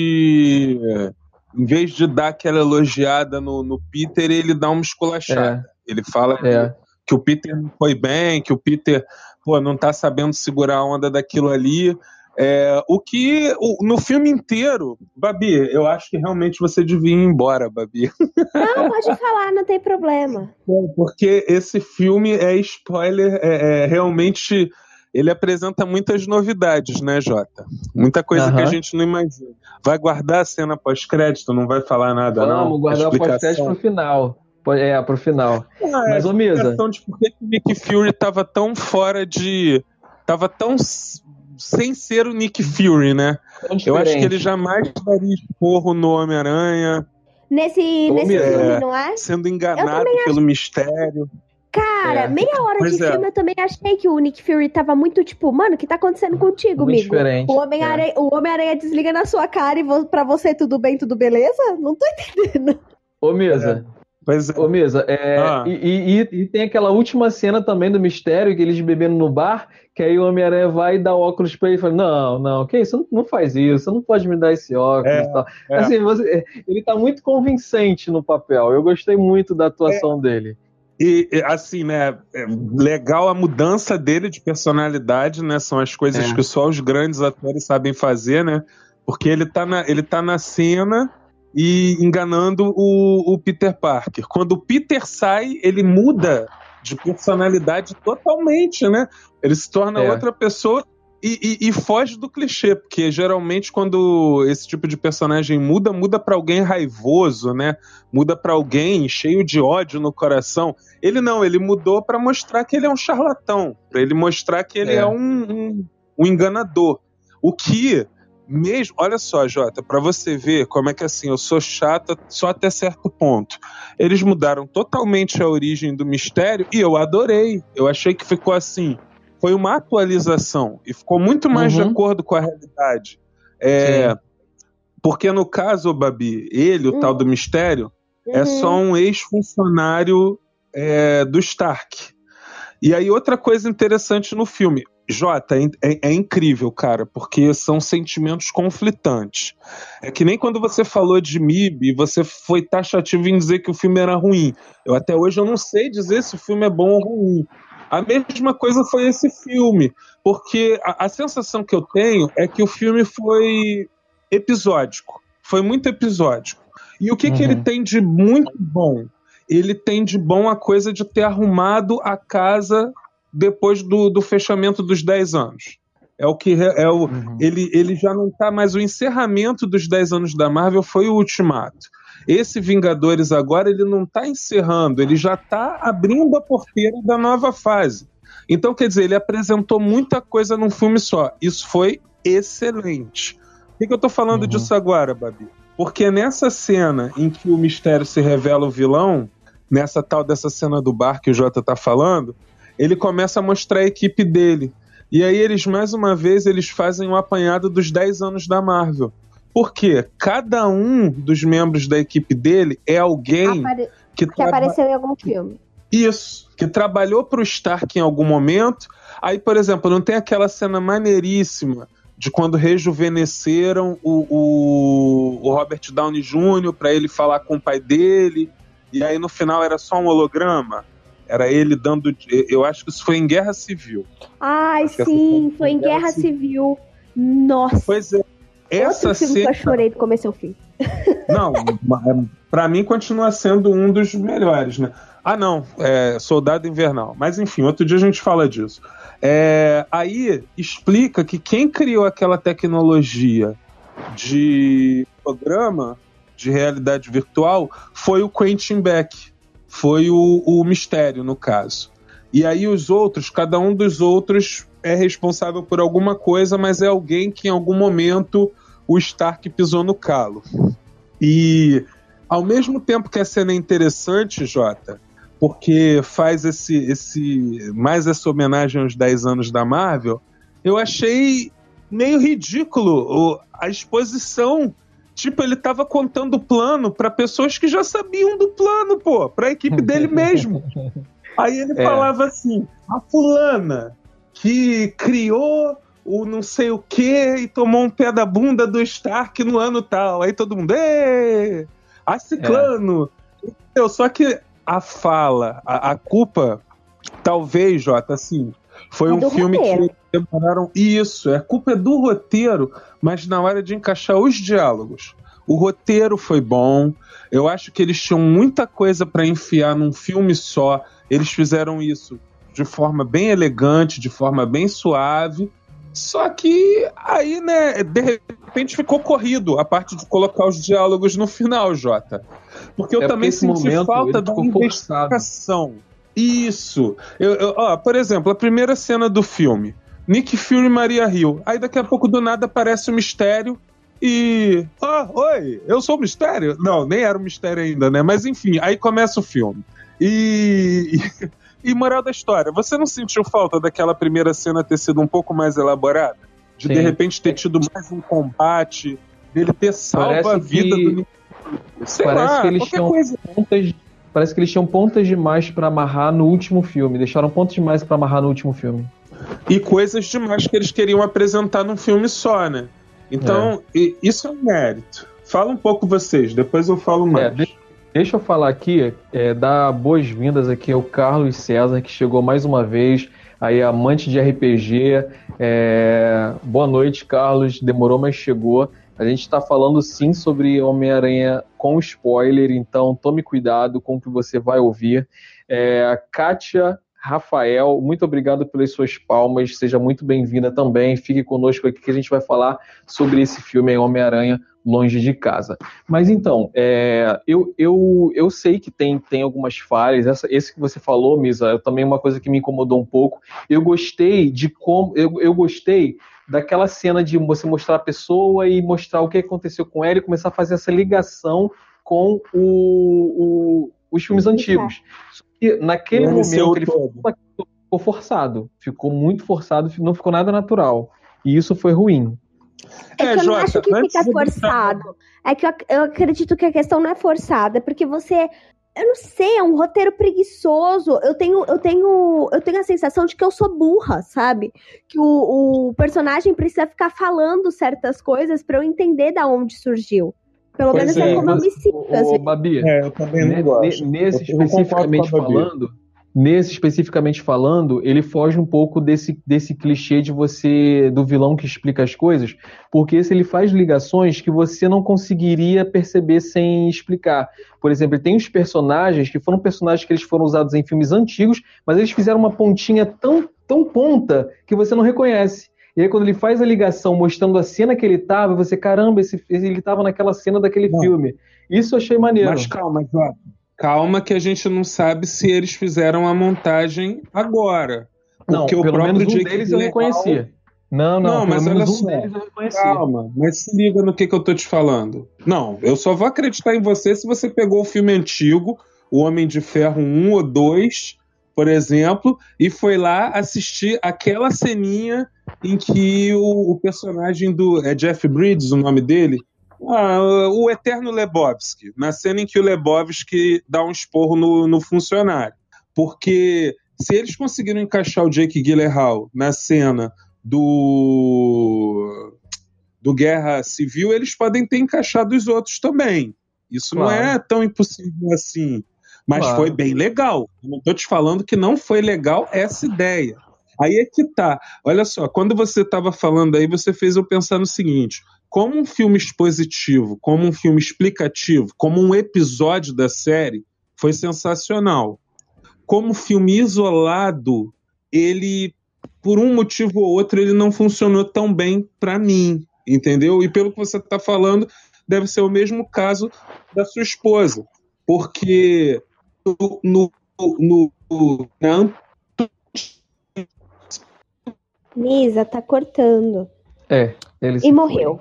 de em vez de dar aquela elogiada no, no Peter, ele dá uma esculachada. É. Ele fala é. que, que o Peter não foi bem, que o Peter pô, não tá sabendo segurar a onda daquilo ali. É, o que, o, no filme inteiro, Babi, eu acho que realmente você devia ir embora, Babi. Não, pode falar, não tem problema. Porque esse filme é spoiler, é, é realmente... Ele apresenta muitas novidades, né, Jota? Muita coisa uhum. que a gente não imagina. Vai guardar a cena pós-crédito? Não vai falar nada, Vamos, não? Vamos guardar o pós-crédito pro final. É, pro final. Ah, Mas, ô Misa... de por que o Nick Fury tava tão fora de... Tava tão sem ser o Nick Fury, né? Eu acho que ele jamais daria esporro no Homem-Aranha. Nesse, nesse é, filme, não é? Sendo enganado pelo acho... Mistério. Cara, é. meia hora pois de é. filme eu também achei que o Nick Fury tava muito tipo, mano, o que tá acontecendo contigo, muito amigo? Diferente, o Homem-Aranha é. o Homem-Aranha desliga na sua cara e vo- pra você tudo bem, tudo beleza? Não tô entendendo. Ô, Mesa. É. Pois é. Ô, Mesa, é, ah. e, e, e tem aquela última cena também do Mistério, que eles bebendo no bar, que aí o Homem-Aranha vai e dá o óculos pra ele e fala, não, não, que isso? Não, não faz isso, você não pode me dar esse óculos é, e tal. É. Assim, você, ele tá muito convincente no papel, eu gostei muito da atuação é. dele. E, assim, né, é legal a mudança dele de personalidade, né, são as coisas é. que só os grandes atores sabem fazer, né, porque ele tá na, ele tá na cena e enganando o, o Peter Parker. Quando o Peter sai, ele muda de personalidade totalmente, né, ele se torna é. outra pessoa e, e, e foge do clichê, porque geralmente quando esse tipo de personagem muda, muda pra alguém raivoso, né? Muda pra alguém cheio de ódio no coração. Ele não, ele mudou pra mostrar que ele é um charlatão, pra ele mostrar que ele é, é um, um, um enganador. O que, mesmo... Olha só, Jota, pra você ver como é que assim, eu sou chata só até certo ponto. Eles mudaram totalmente a origem do mistério e eu adorei. Eu achei que ficou assim... Foi uma atualização e ficou muito mais uhum. de acordo com a realidade. É, porque no caso, Babi, ele, o uhum. tal do mistério, uhum. é só um ex-funcionário é, do Stark. E aí outra coisa interessante no filme, Jota, é, é, é incrível, cara, porque são sentimentos conflitantes. É que nem quando você falou de M I B e você foi taxativo em dizer que o filme era ruim. Eu até hoje eu não sei dizer se o filme é bom ou ruim. A mesma coisa foi esse filme, porque a, a sensação que eu tenho é que o filme foi episódico, foi muito episódico. E o que, uhum. que ele tem de muito bom? Ele tem de bom a coisa de ter arrumado a casa depois do, do fechamento dos dez anos. É o que é o, uhum. ele, ele já não está mais... O encerramento dos dez anos da Marvel foi o Ultimato. Esse Vingadores agora, ele não está encerrando, ele já está abrindo a porteira da nova fase. Então, quer dizer, ele apresentou muita coisa num filme só. Isso foi excelente. Por que, que eu estou falando uhum. disso agora, Babi? Porque nessa cena em que o mistério se revela o vilão, nessa tal dessa cena do bar que o Jota está falando, ele começa a mostrar a equipe dele. E aí eles, mais uma vez, eles fazem um apanhado dos dez anos da Marvel. Porque cada um dos membros da equipe dele é alguém Apare... que, que traba... apareceu em algum filme. Isso, que trabalhou para o Stark em algum momento. Aí, por exemplo, não tem aquela cena maneiríssima de quando rejuvenesceram o, o, o Robert Downey júnior para ele falar com o pai dele, e aí no final era só um holograma? Era ele dando... Eu acho que isso foi em Guerra Civil. Ai, sim, foi em Guerra, Guerra Civil. Civil. Nossa. Pois é. Essa Outro filme cena... que eu chorei do começo ao fim. Não, pra mim continua sendo um dos melhores, né? Ah, não, é Soldado Invernal. Mas enfim, outro dia a gente fala disso. É, aí explica que quem criou aquela tecnologia de programa de realidade virtual foi o Quentin Beck. Foi o, o Mistério, no caso. E aí os outros, cada um dos outros é responsável por alguma coisa, mas é alguém que em algum momento o Stark pisou no calo. E ao mesmo tempo que a cena é interessante, Jota, porque faz esse, esse, mais essa homenagem aos dez anos da Marvel, eu achei meio ridículo a exposição. Tipo, ele tava contando o plano para pessoas que já sabiam do plano, pô, pra equipe dele mesmo. Aí ele é. falava assim, a fulana que criou o não sei o que e tomou um pé da bunda do Stark no ano tal. Aí todo mundo, ê! A ciclano! É. Só que a fala, a, a culpa, talvez, Jota, assim, foi é um filme roteiro. que demoraram... Isso, a culpa é do roteiro, mas na hora de encaixar os diálogos. O roteiro foi bom, eu acho que eles tinham muita coisa para enfiar num filme só, eles fizeram isso de forma bem elegante, de forma bem suave, só que aí, né, de repente ficou corrido a parte de colocar os diálogos no final, Jota. Porque eu é também senti momento, falta da investigação. Isso. Eu, eu, ó, por exemplo, a primeira cena do filme, Nick Fury e Maria Hill. Aí daqui a pouco do nada aparece o Mistério e... Ah, oi, eu sou o Mistério? Não, nem era o Mistério ainda, né? Mas enfim, aí começa o filme. E... E moral da história, você não sentiu falta daquela primeira cena ter sido um pouco mais elaborada? De Sim. de repente ter tido mais um combate, dele ter salvo parece a vida que... do... Sei parece lá, que eles tinham coisa. pontas... Parece que eles tinham pontas demais pra amarrar no último filme. Deixaram pontos demais pra amarrar no último filme. E coisas demais que eles queriam apresentar num filme só, né? Então, é. isso é um mérito. Fala um pouco vocês, depois eu falo mais. É, deixa... Deixa eu falar aqui, é, dar boas-vindas aqui ao Carlos César, que chegou mais uma vez, aí amante de R P G. É, boa noite, Carlos, demorou, mas chegou. A gente está falando sim sobre Homem-Aranha com spoiler, então tome cuidado com o que você vai ouvir. É, Kátia Rafael, muito obrigado pelas suas palmas, seja muito bem-vinda também, fique conosco aqui que a gente vai falar sobre esse filme Homem-Aranha Longe de Casa. Mas então, é, eu, eu, eu sei que tem, tem algumas falhas, essa, esse que você falou, Misa, também é uma coisa que me incomodou um pouco. Eu gostei de como, eu, eu gostei daquela cena de você mostrar a pessoa e mostrar o que aconteceu com ela e começar a fazer essa ligação com o, o, os filmes antigos. Só que naquele momento ele ficou, ficou forçado, ficou muito forçado, não ficou nada natural. E isso foi ruim. É, é que eu não acho que fica forçado. É que eu, eu acredito que a questão não é forçada, porque você... Eu não sei, é um roteiro preguiçoso. Eu tenho, eu tenho, eu tenho a sensação de que eu sou burra, sabe? Que o, o personagem precisa ficar falando certas coisas pra eu entender da onde surgiu. Pelo pois menos é, é como eu me sinto. Ô, Babi, é, eu também não gosto. Nesse eu especificamente falando, nesse especificamente falando, ele foge um pouco desse, desse clichê de você, do vilão que explica as coisas, porque esse ele faz ligações que você não conseguiria perceber sem explicar. Por exemplo, ele tem os personagens que foram personagens que eles foram usados em filmes antigos, mas eles fizeram uma pontinha tão, tão ponta que você não reconhece. E aí quando ele faz a ligação mostrando a cena que ele estava, você, caramba, esse, ele estava naquela cena daquele não. filme. Isso eu achei maneiro. Mas calma, Jota. Calma que a gente não sabe se eles fizeram a montagem agora. Não, pelo menos um Jake deles eu reconhecia. Não, não, não mas olha só. Calma, mas se liga no que, que eu tô te falando. Não, eu só vou acreditar em você se você pegou o filme antigo, O Homem de Ferro um ou dois, por exemplo, e foi lá assistir aquela ceninha em que o, o personagem do... É Jeff Bridges o nome dele? Ah, o eterno Lebowski, na cena em que o Lebowski dá um esporro no, no funcionário. Porque se eles conseguiram encaixar o Jake Gyllenhaal na cena do, do Guerra Civil, eles podem ter encaixado os outros também. Isso claro. Não é tão impossível assim. Mas claro. Foi bem legal. Eu não estou te falando que não foi legal essa ideia. Aí é que tá. Olha só, quando você estava falando aí, você fez eu pensar no seguinte... Como um filme expositivo, como um filme explicativo, como um episódio da série, foi sensacional. Como filme isolado, ele, por um motivo ou outro, ele não funcionou tão bem para mim, entendeu? E pelo que você está falando, deve ser o mesmo caso da sua esposa. Porque no... no, no, no Misa, tá cortando. É, ele E morreu.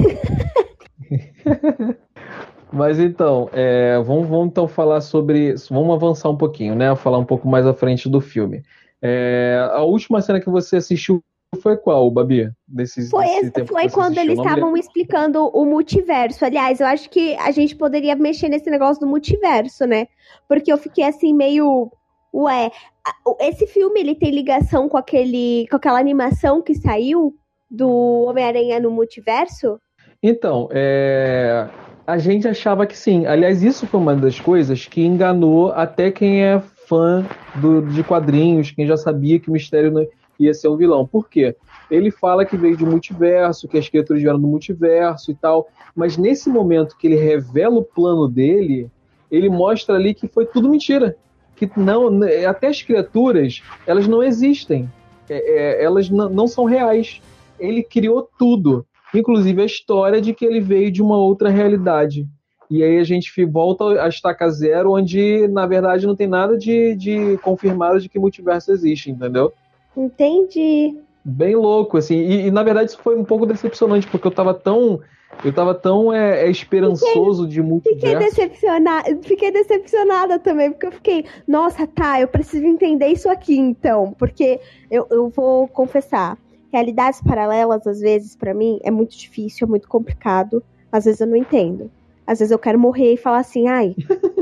Mas então, é, vamos, vamos então falar sobre. Vamos avançar um pouquinho, né? Falar um pouco mais à frente do filme. É, a última cena que você assistiu foi qual, Babi? Desse, foi desse tempo foi quando assistiu, eles estavam explicando o multiverso. Aliás, eu acho que a gente poderia mexer nesse negócio do multiverso, né? Porque eu fiquei assim meio. Ué, esse filme ele tem ligação com, aquele, com aquela animação que saiu do Homem-Aranha no multiverso? Então, é... a gente achava que sim. Aliás, isso foi uma das coisas que enganou até quem é fã do, de quadrinhos, quem já sabia que o Mistério ia ser um vilão. Por quê? Ele fala que veio de multiverso, que as criaturas vieram do multiverso e tal, mas nesse momento que ele revela o plano dele, ele mostra ali que foi tudo mentira. Que não, até as criaturas, elas não existem. É, é, elas não, não são reais. Ele criou tudo, inclusive a história de que ele veio de uma outra realidade. E aí a gente volta a estaca zero, onde, na verdade, não tem nada de, de confirmado de que multiverso existe, entendeu? Entendi. Bem louco, assim. E, e na verdade, isso foi um pouco decepcionante, porque eu tava tão... Eu tava tão é, é, esperançoso fiquei, de multiverso. Fiquei decepcionada, fiquei decepcionada também, porque eu fiquei, nossa, tá, eu preciso entender isso aqui, então. Porque eu, eu vou confessar, realidades paralelas, às vezes, pra mim, é muito difícil, é muito complicado. Às vezes eu não entendo. Às vezes eu quero morrer e falar assim, ai...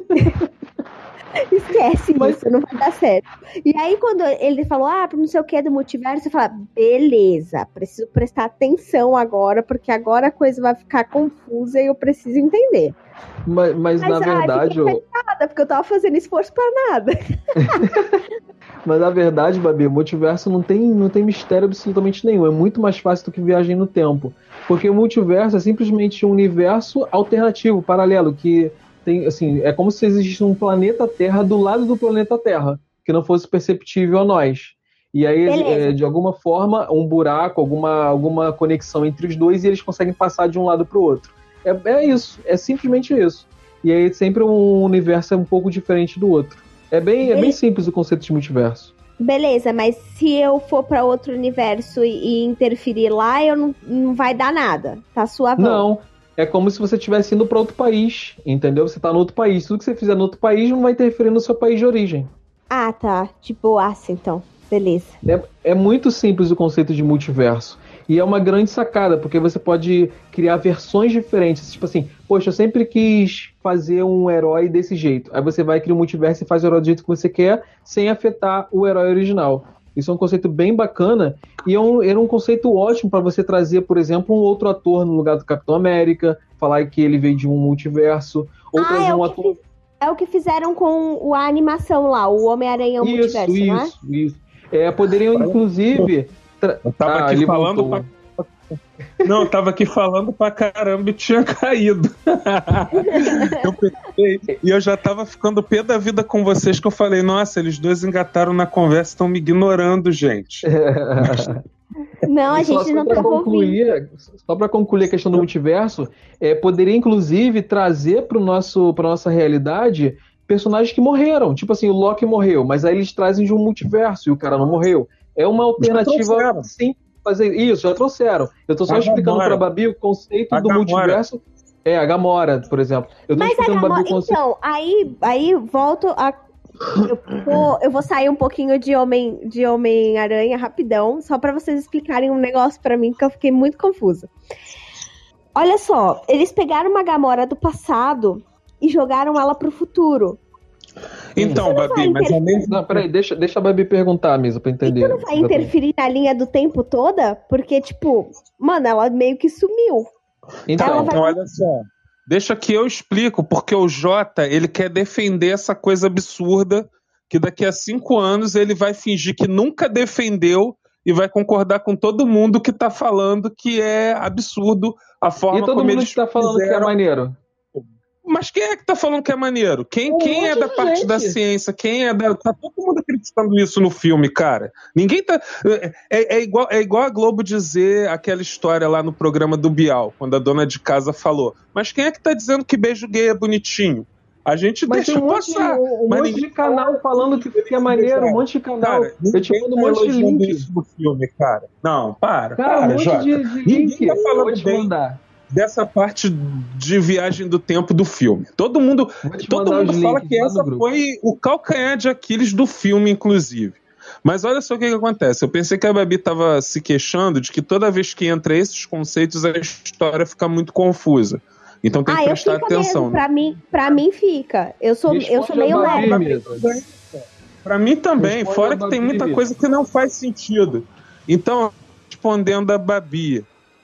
Esquece Mas... isso, não vai dar certo. E aí, quando ele falou, ah, não sei o que do multiverso, eu falei, beleza, preciso prestar atenção agora, porque agora a coisa vai ficar confusa e eu preciso entender. Mas, mas, mas na ah, verdade... Eu fiquei chateada, porque eu tava fazendo esforço pra nada. Mas na verdade, Babi, o multiverso não tem, não tem mistério absolutamente nenhum. É muito mais fácil do que viagem no tempo. Porque o multiverso é simplesmente um universo alternativo, paralelo, que... Tem, assim, é como se existisse um planeta Terra do lado do planeta Terra, que não fosse perceptível a nós. E aí, é, de alguma forma, um buraco, alguma, alguma conexão entre os dois, e eles conseguem passar de um lado para o outro. É, é isso, é simplesmente isso. E aí sempre um universo é um pouco diferente do outro. É bem, é bem simples o conceito de multiverso. Beleza, mas se eu for pra outro universo e, e interferir lá, eu não, não vai dar nada. Tá suavão. Não, é como se você estivesse indo pra outro país, entendeu? Você tá no outro país. Tudo que você fizer no outro país não vai interferir no seu país de origem. Ah, tá. De boaça, então. Beleza. É, é muito simples o conceito de multiverso. E é uma grande sacada, porque você pode criar versões diferentes. Tipo assim, poxa, eu sempre quis fazer um herói desse jeito. Aí você vai criar um multiverso e faz o herói do jeito que você quer, sem afetar o herói original. Isso é um conceito bem bacana e é um, era um conceito ótimo para você trazer, por exemplo, um outro ator no lugar do Capitão América, falar que ele veio de um multiverso, ou ah, trazer é um o ator... fiz, é o que fizeram com a animação lá, o Homem-Aranha Isso, Multiverso, isso, não é? isso. É, poderiam, inclusive... Tra... Eu tava ah, aqui ele falando voltou. pra... Não, eu tava aqui falando pra caramba e tinha caído. Eu pensei, e eu já tava ficando pé da vida com vocês, que eu falei, nossa, eles dois engataram na conversa, estão me ignorando, gente. Não, a E só, gente só não pra tava ouvindo. concluir, Só para concluir a questão do multiverso, é, poderia inclusive trazer para nosso para nossa realidade personagens que morreram. Tipo assim, o Loki morreu, mas aí eles trazem de um multiverso e o cara não morreu. É uma alternativa sim fazer isso, já trouxeram. Eu tô só A explicando Gamora. para Babi o conceito A do Gamora. multiverso. É, a Gamora, por exemplo. Eu tô Mas a explicando pra Babi Gamora, o conceito. então, aí, aí volto a... Eu vou, eu vou sair um pouquinho de Homem, de Homem-Aranha rapidão, só pra vocês explicarem um negócio pra mim, que eu fiquei muito confusa. Olha só, eles pegaram uma Gamora do passado e jogaram ela pro futuro. Então, Babi, mas é mesmo. Não, peraí, deixa, deixa a Babi perguntar, Misa, pra entender. Isso não vai interferir na linha do tempo toda? Porque, tipo, mano, ela meio que sumiu. Então, Ela vai- Então, olha só. Deixa que eu explico, porque o Jota, ele quer defender essa coisa absurda, que daqui a cinco anos ele vai fingir que nunca defendeu e vai concordar com todo mundo que tá falando que é absurdo a forma e todo como mundo eles que tá falando que é fizeram. maneiro. Mas quem é que tá falando que é maneiro? Quem, Um quem é monte da de parte gente. da ciência? Quem é da. Tá todo mundo acreditando isso no filme, cara. Ninguém tá. É, é, igual, é igual a Globo dizer aquela história lá no programa do Bial, quando a dona de casa falou. Mas quem é que tá dizendo que beijo gay é bonitinho? A gente Mas deixa tem um monte, passar. um, um mas monte de ninguém canal falando que, que é maneiro, um monte de canal. Cara, Eu te mando um tá monte de elogiando link. isso no filme, cara. Não, para. Cara, para, um monte Jota. de, de Ninguém link. tá Eu falando vou te bem mandar. dessa parte de viagem do tempo do filme. Todo mundo, Vou te todo mandar mundo os fala links que lá essa no grupo. foi o calcanhar de Aquiles do filme, inclusive. Mas olha só o que, que acontece. Eu pensei que a Babi estava se queixando de que toda vez que entra esses conceitos, a história fica muito confusa. Então tem que Ah, eu prestar fico atenção. mesmo. Pra mim, pra mim fica. Eu sou, eu sou Responde meio a Babi lerda. mesmo. Pra mim também, Responde fora a que tem Babi muita mesmo. coisa que não faz sentido. Então, respondendo a Babi,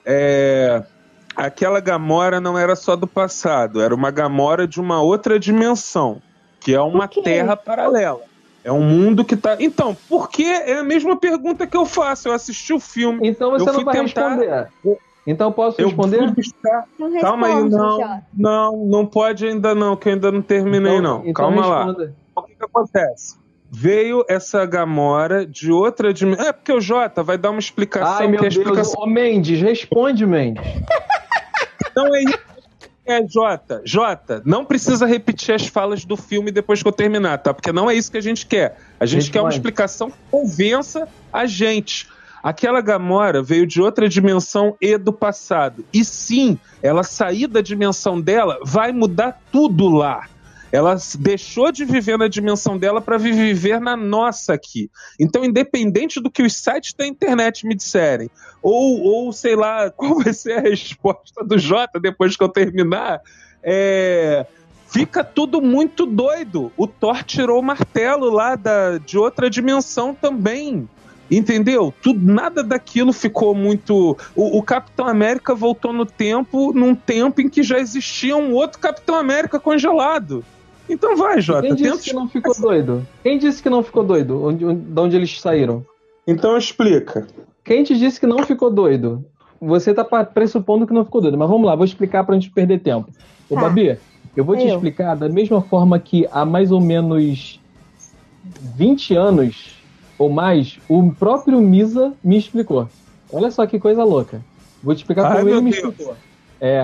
é, aquela Gamora não era só do passado, era uma Gamora de uma outra dimensão, que é uma Por quê? terra paralela. É um mundo que tá... Então, por que? É a mesma pergunta que eu faço. Eu assisti o filme, Então você eu não fui vai tentar... responder. Então posso Eu responder? fui buscar... Não Calma aí, responde, não, Jota. não, não pode ainda não, que eu ainda não terminei Então- não. então Calma lá. responda. O que, que acontece? Veio essa Gamora de outra dimensão. É porque o Jota vai dar uma explicação Ai, meu que a Deus. explicação Ô, Mendes, responde, Mendes. não é isso. É, Jota, Jota, não precisa repetir as falas do filme depois que eu terminar, tá? Porque não é isso que a gente quer. A gente Responde. quer uma explicação que convença a gente. Aquela Gamora veio de outra dimensão e do passado. E sim, ela sair da dimensão dela vai mudar tudo lá. Ela deixou de viver na dimensão dela para viver na nossa aqui. Então, independente do que os sites da internet me disserem, ou, ou sei lá, qual vai ser a resposta do Jota depois que eu terminar, é, fica tudo muito doido. O Thor tirou o martelo lá da, de outra dimensão também. Entendeu? Tudo, nada daquilo ficou muito... O, o Capitão América voltou no tempo, num tempo em que já existia um outro Capitão América congelado. Então vai, Jota. Quem disse tenta... que não ficou doido? Quem disse que não ficou doido? Onde, onde, de onde eles saíram? Então explica. Quem te disse que não ficou doido? Você tá pa- pressupondo que não ficou doido. Mas vamos lá, vou explicar pra gente perder tempo. Ô, Tá. Babi, eu vou te Eu. explicar da mesma forma que há mais ou menos vinte anos ou mais, o próprio Misa me explicou. Olha só que coisa louca. Vou te explicar Ai, como ele meu me Deus. explicou. É.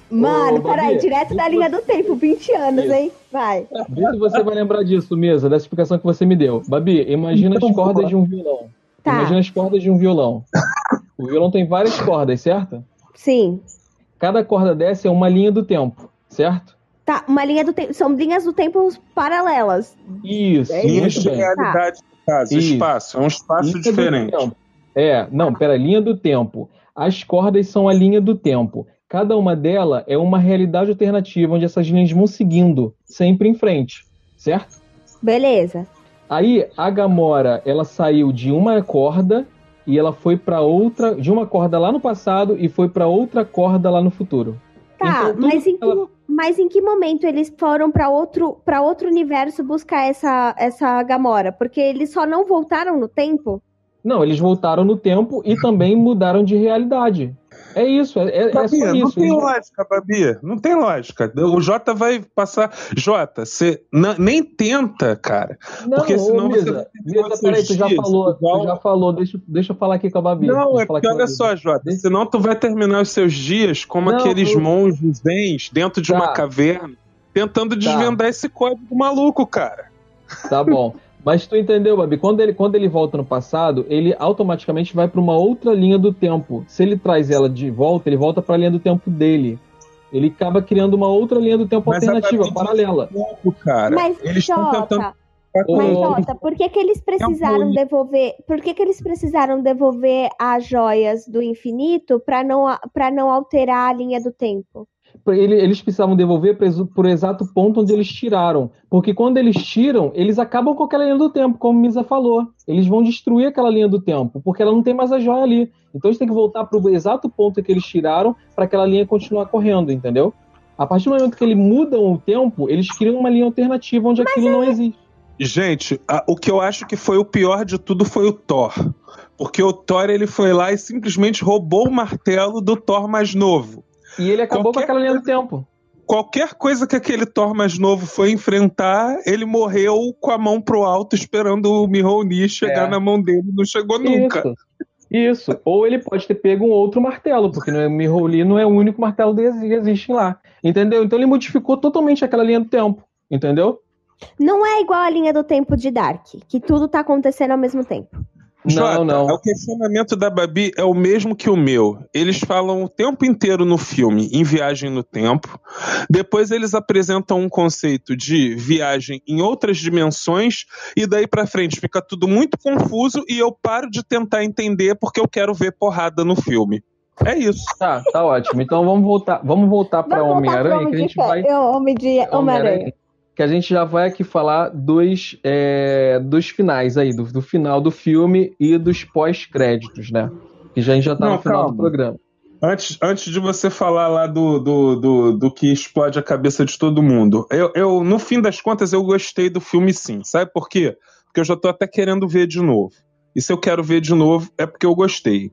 Mano, Ô, peraí, Babi, direto da isso linha você- do tempo, vinte anos, Isso. hein? Vai. Vê se você vai lembrar disso, Mesa, dessa explicação que você me deu. Babi, imagina Então, as cordas de um violão. Tá. Imagina as cordas de um violão. O violão tem várias cordas, certo? Sim. Cada corda dessa é uma linha do tempo, certo? Tá, uma linha do tempo. São linhas do tempo paralelas. Isso, É Linhas muito de bem. realidade, no caso, Isso. espaço. É um espaço Linha do diferente. tempo. É, não, pera, linha do tempo. As cordas são a linha do tempo. Cada uma delas é uma realidade alternativa, onde essas linhas vão seguindo, sempre em frente, certo? Beleza. Aí a Gamora, ela saiu de uma corda e ela foi pra outra, de uma corda lá no passado e foi pra outra corda lá no futuro. Tá, Então, tudo mas, em que ela- que, mas em que momento eles foram pra outro, pra outro universo buscar essa, essa Gamora? Porque eles só não voltaram no tempo? Não, eles voltaram no tempo e também mudaram de realidade. É isso, é, é, é Babi, só não isso. tem Eles- lógica, Babi. Não tem lógica. O Jota vai passar. Jota, você n- nem tenta, cara. Não, Porque ô, senão você vai Mesa, terminar Mesa, seus peraí, tu já dias falou, igual- tu já falou, deixa, deixa eu falar aqui com a Babi. Não, deixa eu é falar porque aqui com a olha Babi. só, Jota, Deixa- senão tu vai terminar os seus dias como Não, aqueles eu- monges zens dentro de Tá. uma caverna, tentando desvendar esse código maluco, cara. Tá bom. Mas tu entendeu, Babi? Quando ele, quando ele volta no passado, ele automaticamente vai para uma outra linha do tempo. Se ele traz ela de volta, ele volta para a linha do tempo dele. Ele acaba criando uma outra linha do tempo Mas a alternativa, Babi paralela. Pouco, cara. Mas, Eles estão Jota, tentando. mas, Ô, Jota, por que que eles precisaram Tempo- devolver... Por que que eles precisaram devolver as joias do infinito pra não, pra não alterar a linha do tempo? Ele- eles precisavam devolver preso- por exato ponto onde eles tiraram. Porque quando eles tiram, eles acabam com aquela linha do tempo, como o Misa falou. Eles vão destruir aquela linha do tempo, porque ela não tem mais a joia ali. Então eles têm que voltar para o exato ponto que eles tiraram para aquela linha continuar correndo, entendeu? A partir do momento que eles mudam o tempo, eles criam uma linha alternativa onde aquilo não existe. Gente, a- o que eu acho que foi o pior de tudo foi o Thor. Porque o Thor ele foi lá e simplesmente roubou o martelo do Thor mais novo. E ele acabou Qualquer com aquela linha do tempo. Qualquer coisa que aquele Thor mais novo foi enfrentar, ele morreu com a mão pro alto esperando o Mjolnir chegar É. na mão dele. Não chegou nunca. Isso. Isso. Ou ele pode ter pego um outro martelo, porque não é, o Mjolnir não é o único martelo que existe lá. Entendeu? Então ele modificou totalmente aquela linha do tempo. Entendeu? Não é igual a linha do tempo de Dark, que tudo tá acontecendo ao mesmo tempo. Jota, Não, não. o questionamento da Babi é o mesmo que o meu. Eles falam o tempo inteiro no filme em viagem no tempo. Depois eles apresentam um conceito de viagem em outras dimensões e daí pra frente fica tudo muito confuso e eu paro de tentar entender porque eu quero ver porrada no filme. É isso. Tá, tá ótimo. Então vamos voltar, vamos voltar para Vamos voltar pro Homem-Aranha, Homem que a de gente Fe- vai. eu, Homem de Homem-Aranha. Que a gente já vai aqui falar dos, é, dos finais aí, do, do final do filme e dos pós-créditos, né? Que já, a gente já tá Não, no final calma. do programa. Antes, antes de você falar lá do, do, do, do que explode a cabeça de todo mundo, eu, eu, no fim das contas, eu gostei do filme sim. Sabe por quê? Porque eu já tô até querendo ver de novo. E se eu quero ver de novo, é porque eu gostei.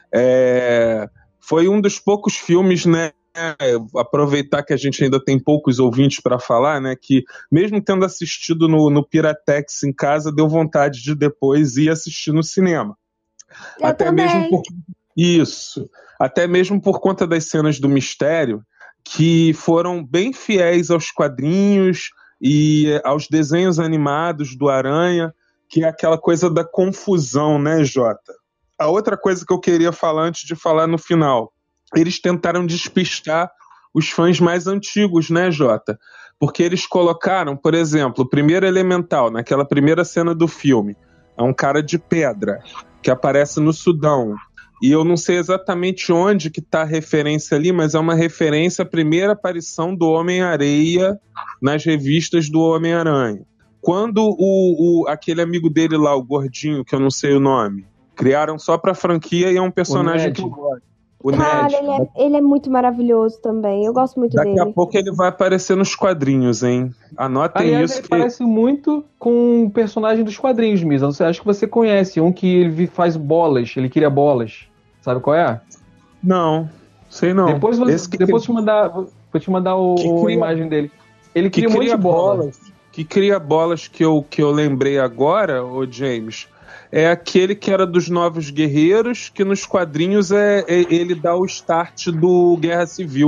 É, foi um dos poucos filmes, né? Aproveitar que a gente ainda tem poucos ouvintes para falar, né? Que mesmo tendo assistido no, no Piratex em casa, deu vontade de depois ir assistir no cinema. Eu Até também. mesmo por isso, até mesmo por conta das cenas do mistério que foram bem fiéis aos quadrinhos e aos desenhos animados do Aranha, que é aquela coisa da confusão, né, Jota? A outra coisa que eu queria falar antes de falar no final, eles tentaram despistar os fãs mais antigos, né, Jota? Porque eles colocaram, por exemplo, o primeiro elemental, naquela primeira cena do filme, é um cara de pedra que aparece no Sudão. E eu não sei exatamente onde que está a referência ali, mas é uma referência à primeira aparição do Homem-Areia nas revistas do Homem-Aranha. Quando o, o, aquele amigo dele lá, o gordinho, que eu não sei o nome, criaram só pra franquia e é um personagem que eu gosto. O Cara, Ned. ele é, ele é muito maravilhoso também. Eu gosto muito Daqui dele. a pouco ele vai aparecer nos quadrinhos, hein? Anotem Aliás, isso. ele Que... parece muito com um personagem dos quadrinhos, Misa. Você acha que você conhece um que ele faz bolas, ele cria bolas. Sabe qual é? Não, sei não. Depois, vou, Esse que depois te mandar, vou te mandar o, Que a cria- imagem dele. Ele que cria um monte cria de bola. bolas. Que cria bolas que eu, que eu lembrei agora, ô James, é aquele que era dos Novos Guerreiros, que nos quadrinhos é, é ele dá o start do Guerra Civil.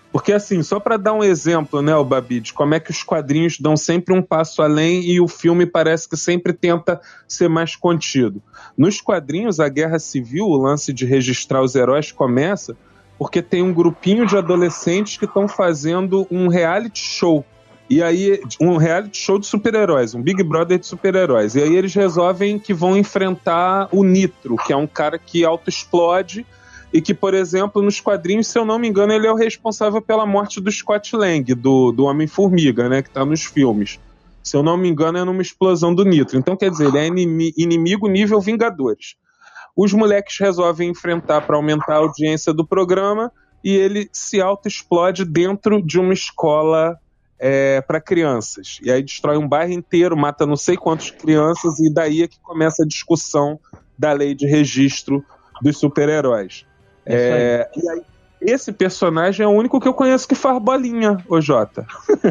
Porque, assim, só para dar um exemplo, né, o Babi, de como é que os quadrinhos dão sempre um passo além e o filme parece que sempre tenta ser mais contido. Nos quadrinhos, a Guerra Civil, o lance de registrar os heróis começa porque tem um grupinho de adolescentes que estão fazendo um reality show. E aí, um reality show de super-heróis, um Big Brother de super-heróis. E aí eles resolvem que vão enfrentar o Nitro, que é um cara que auto-explode e que, por exemplo, nos quadrinhos, se eu não me engano, ele é o responsável pela morte do Scott Lang, do, do Homem-Formiga, né, que tá nos filmes. Se eu não me engano, é numa explosão do Nitro. Então, quer dizer, ele é inimi- inimigo nível Vingadores. Os moleques resolvem enfrentar para aumentar a audiência do programa e ele se auto-explode dentro de uma escola é, para crianças. E aí destrói um bairro inteiro, mata não sei quantas crianças e daí é que começa a discussão da lei de registro dos super-heróis. É, e aí, esse personagem é o único que eu conheço que faz bolinha, ô Jota.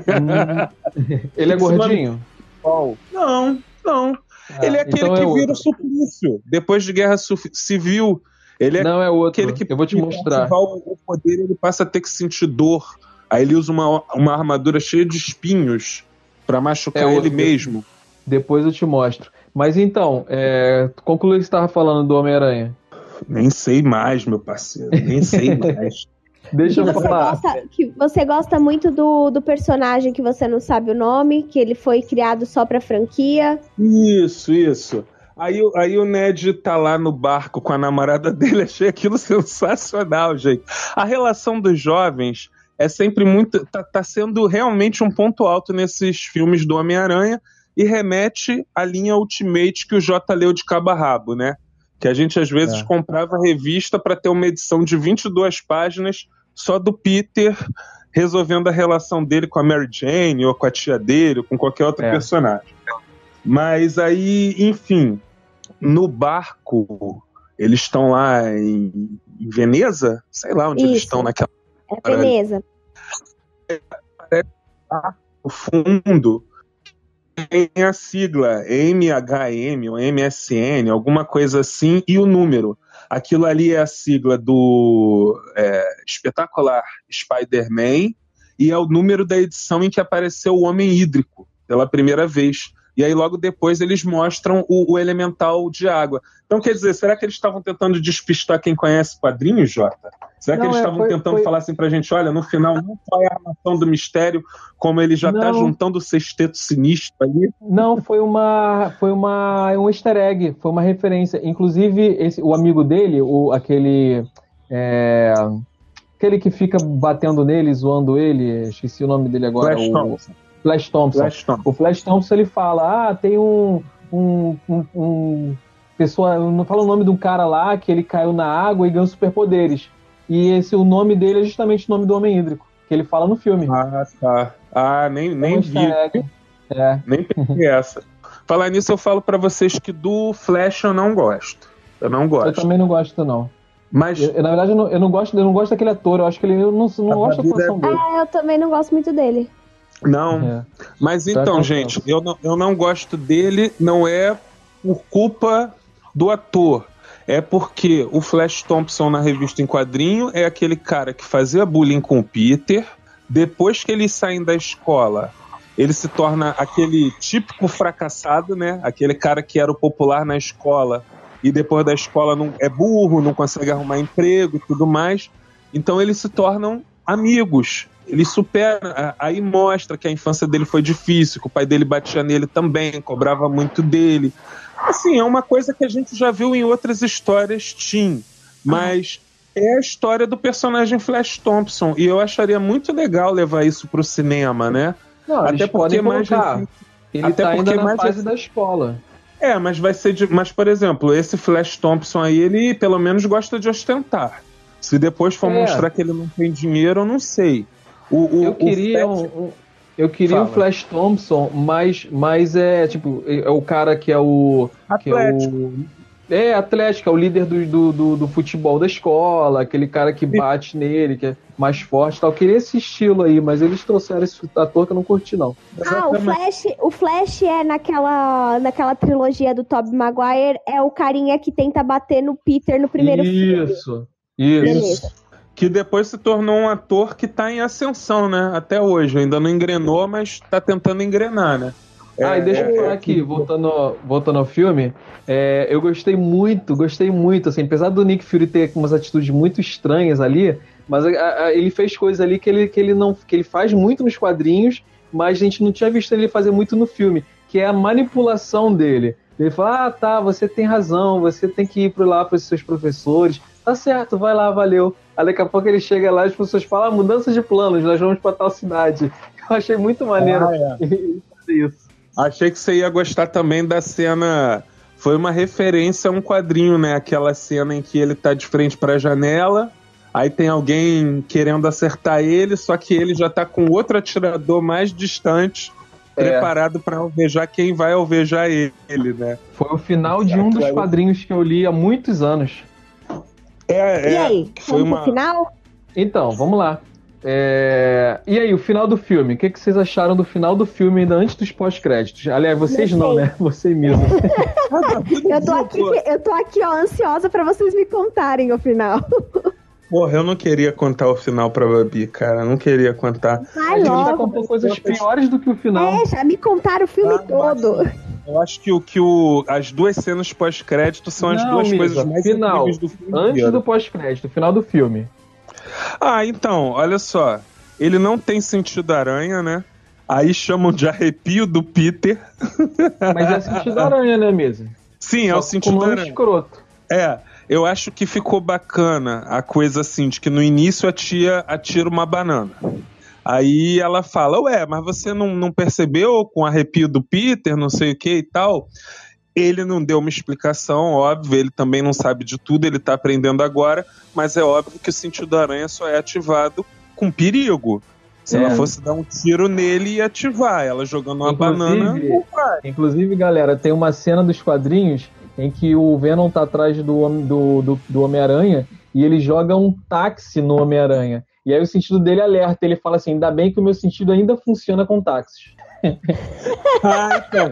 Hum, ele é gordinho? Não, não. Ah, ele é aquele então que é vira o suplício. Depois de Guerra Civil, ele é, não, é outro. aquele que eu vou te mostrar. O poder, ele passa a ter que sentir dor. Aí ele usa uma, uma armadura cheia de espinhos pra machucar é ele outro. mesmo. Depois eu te mostro. Mas então, é, conclui o que você estava falando do Homem-Aranha. Nem sei mais, meu parceiro. Nem sei mais. Deixa eu você falar. Gosta, que você gosta muito do, do personagem que você não sabe o nome, que ele foi criado só pra franquia. Isso, isso. Aí, aí o Ned tá lá no barco com a namorada dele, achei aquilo sensacional, gente. A relação dos jovens é sempre muito... Tá, tá sendo realmente um ponto alto nesses filmes do Homem-Aranha e remete à linha Ultimate que o Jota leu de cabo a rabo, né? Que a gente às vezes é. comprava revista para ter uma edição de vinte e duas páginas só do Peter resolvendo a relação dele com a Mary Jane ou com a tia dele ou com qualquer outro é. personagem. Mas aí, enfim, no barco, eles estão lá em, em Veneza? Sei lá onde Isso. eles estão naquela... É Veneza. Parece lá no fundo tem a sigla M H M ou M S N, alguma coisa assim, e o número. Aquilo ali é a sigla do é, espetacular Spider-Man e é o número da edição em que apareceu o Homem Hídrico pela primeira vez. E aí logo depois eles mostram o, o elemental de água. Então, quer dizer, será que eles estavam tentando despistar quem conhece quadrinhos, Jota? Será não, que eles estavam é, tentando foi... falar assim pra gente, olha, no final não só é a armação do mistério, como ele já não. tá juntando o sexteto sinistro ali? Não, foi uma foi uma um easter egg, foi uma referência. Inclusive, esse, o amigo dele, o, aquele é, aquele que fica batendo nele, zoando ele, esqueci o nome dele agora. Flash o Thompson. Flash Thompson. Flash Thompson. O Flash Thompson, ele fala, ah, tem um, um, um, um pessoa, não fala o nome de um cara lá que ele caiu na água e ganhou superpoderes. E esse, o nome dele é justamente o nome do Homem Hídrico, que ele fala no filme. Ah, tá. Ah, nem, nem vi. É. Nem peguei essa. Falar nisso, eu falo pra vocês que do Flash eu não gosto. Eu não gosto. Eu também não gosto, não. Mas... Eu, na verdade, eu não, eu, não gosto, eu não gosto daquele ator. Eu acho que ele eu não, não gosto da atuação dele. Ah, eu também não gosto muito dele. Não, é. Mas então, gente, eu não, eu não gosto dele, não é por culpa do ator. É porque o Flash Thompson na revista em quadrinho é aquele cara que fazia bullying com o Peter. Depois que eles saem da escola, ele se torna aquele típico fracassado, né? Aquele cara que era o popular na escola e depois da escola não, é burro, não consegue arrumar emprego e tudo mais. Então eles se tornam amigos. Ele supera, aí mostra que a infância dele foi difícil, que o pai dele batia nele também, cobrava muito dele. Assim, é uma coisa que a gente já viu em outras histórias teen, mas é a história do personagem Flash Thompson, e eu acharia muito legal levar isso pro cinema, né? Não, até porque mais recente, ele até tá porque ainda na mais fase da escola. É, mas vai ser de, mas por exemplo, esse Flash Thompson aí, ele pelo menos gosta de ostentar. Se depois for é. mostrar que ele não tem dinheiro, eu não sei. O, o, eu queria Flash... um, um, eu queria o Flash Thompson, mas, mas é tipo é o cara que é o Atlético. Que é, o, é Atlético, é o líder do, do, do, do futebol da escola, aquele cara que bate nele, que é mais forte, tal. Eu queria esse estilo aí, mas eles trouxeram esse ator que eu não curti não. Ah, o Flash, o Flash é naquela naquela trilogia do Tobey Maguire, é o carinha que tenta bater no Peter no primeiro isso, filme. Isso, Beleza. isso. que depois se tornou um ator que tá em ascensão, né? Até hoje. Ainda não engrenou, mas tá tentando engrenar, né? Ah, e deixa eu falar aqui, voltando, voltando ao filme, é, eu gostei muito, gostei muito, assim, apesar do Nick Fury ter umas atitudes muito estranhas ali, mas a, a, ele fez coisas ali que ele, que, ele não, que ele faz muito nos quadrinhos, mas a gente não tinha visto ele fazer muito no filme, que é a manipulação dele. Ele fala, ah, tá, você tem razão, você tem que ir para lá para os seus professores, tá certo, vai lá, valeu. Aí daqui a pouco ele chega lá e as pessoas falam, ah, mudança de planos, nós vamos para tal cidade. Eu achei muito maneiro ah, é. fazer isso. Achei que você ia gostar também da cena. Foi uma referência a um quadrinho, né? Aquela cena em que ele tá de frente pra janela, aí tem alguém querendo acertar ele, só que ele já tá com outro atirador mais distante, é. preparado pra alvejar quem vai alvejar ele, né? Foi o final de um dos quadrinhos que eu li há muitos anos. É, é. E aí? Foi uma... final? Então, vamos lá. É... E aí, o final do filme? O que, que vocês acharam do final do filme ainda antes dos pós-créditos? Aliás, vocês não, né? Você mesmo. eu, tô aqui, eu tô aqui, ó, ansiosa pra vocês me contarem o final. Porra, eu não queria contar o final pra Babi, cara. Eu não queria contar. Vai a gente logo. já contou coisas piores do que o final. É, já me contaram o filme ah, todo. Eu acho, eu acho que, o, que o, as duas cenas pós-crédito são não, as duas Misa, coisas mais final, incríveis do filme. Antes inteiro. do pós-crédito, final do filme. Ah, então, olha só. Ele não tem sentido aranha, né? Aí chamam de arrepio do Peter. Mas é sentido aranha, né, Misa? Sim, Só é o sentido aranha. Escroto. É, eu acho que ficou bacana a coisa assim, de que no início a tia atira uma banana. Aí ela fala, ué, mas você não, não percebeu com o arrepio do Peter, não sei o que e tal? Ele não deu uma explicação, óbvio, ele também não sabe de tudo, ele tá aprendendo agora, mas é óbvio que o sentido aranha só é ativado com perigo. Se é. ela fosse dar um tiro nele e ativar, ela jogando uma inclusive, banana, não vai. Inclusive, galera, tem uma cena dos quadrinhos em que o Venom tá atrás do, do, do, do Homem-Aranha e ele joga um táxi no Homem-Aranha. E aí o sentido dele alerta, ele fala assim, ainda bem que o meu sentido ainda funciona com táxis. Ah, então.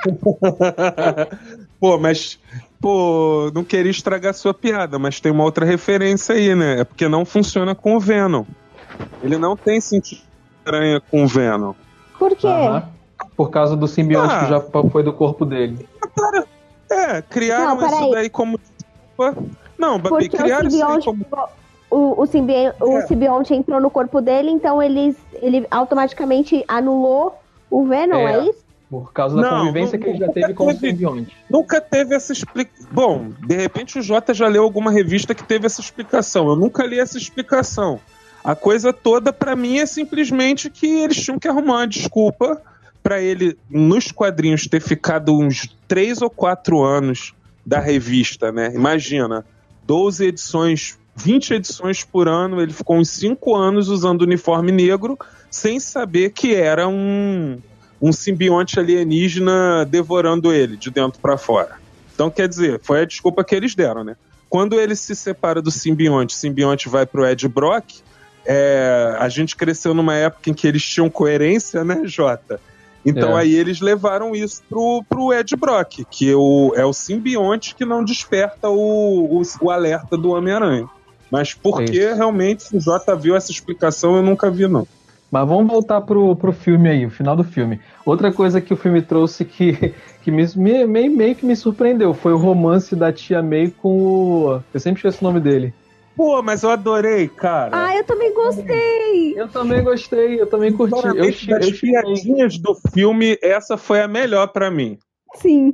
Pô, mas... Pô, não queria estragar sua piada, mas tem uma outra referência aí, né? É porque não funciona com o Venom. Ele não tem sentido aranha com o Venom. Por quê? Uhum. Por causa do simbionte ah. que já foi do corpo dele. É, criaram não, isso aí. daí como... Não, Babi, porque criaram isso aí como... O, o, simbi... o é. simbionte entrou no corpo dele, então eles, ele automaticamente anulou o Venom, é, é isso? Por causa da não, convivência não, que ele já teve com o simbionte. Nunca teve essa explicação. Bom, de repente o Jota já leu alguma revista que teve essa explicação. Eu nunca li essa explicação. A coisa toda, pra mim, é simplesmente que eles tinham que arrumar uma desculpa pra ele, nos quadrinhos, ter ficado uns três ou quatro anos da revista, né? Imagina, doze edições, vinte edições por ano, ele ficou uns cinco anos usando uniforme negro, sem saber que era um... um simbionte alienígena devorando ele de dentro pra fora. Então, quer dizer, foi a desculpa que eles deram, né? Quando ele se separa do simbionte, o simbionte vai pro Ed Brock, é, a gente cresceu numa época em que eles tinham coerência, né, Jota? Então é. aí eles levaram isso pro, pro Ed Brock, que é o, é o simbionte que não desperta o, o, o alerta do Homem-Aranha. Mas porque é realmente, se o Jota viu essa explicação, eu nunca vi, não. Mas vamos voltar pro, pro filme aí, o final do filme. Outra coisa que o filme trouxe que, que me, me, meio que me surpreendeu foi o romance da tia May com o... Eu sempre esqueço o nome dele. Pô, mas eu adorei, cara. Ah, eu também gostei. Eu também gostei, eu também curti. Eu, eu, das piadinhas do filme, essa foi a melhor pra mim. Sim.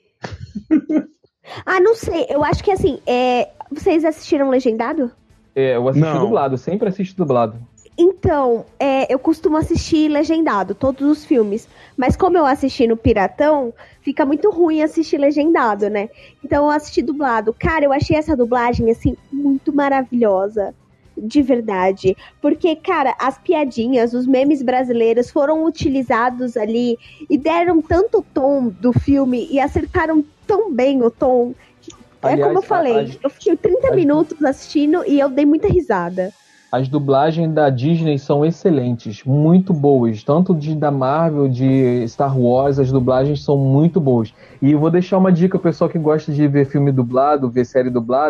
Ah, não sei, eu acho que assim, é... vocês assistiram Legendado? É, eu assisti não. dublado, sempre assisto dublado. Então, é, eu costumo assistir legendado, todos os filmes. Mas como eu assisti no Piratão, fica muito ruim assistir legendado, né? Então eu assisti dublado. Cara, eu achei essa dublagem, assim, muito maravilhosa. De verdade. Porque, cara, as piadinhas, os memes brasileiros foram utilizados ali e deram tanto tom do filme e acertaram tão bem o tom. É Aliás, como eu falei, a, a, eu fiquei trinta a, minutos assistindo e eu dei muita risada. As dublagens da Disney são excelentes, muito boas. Tanto de, da Marvel, de Star Wars, as dublagens são muito boas. E eu vou deixar uma dica, o pessoal que gosta de ver filme dublado, ver série dublada,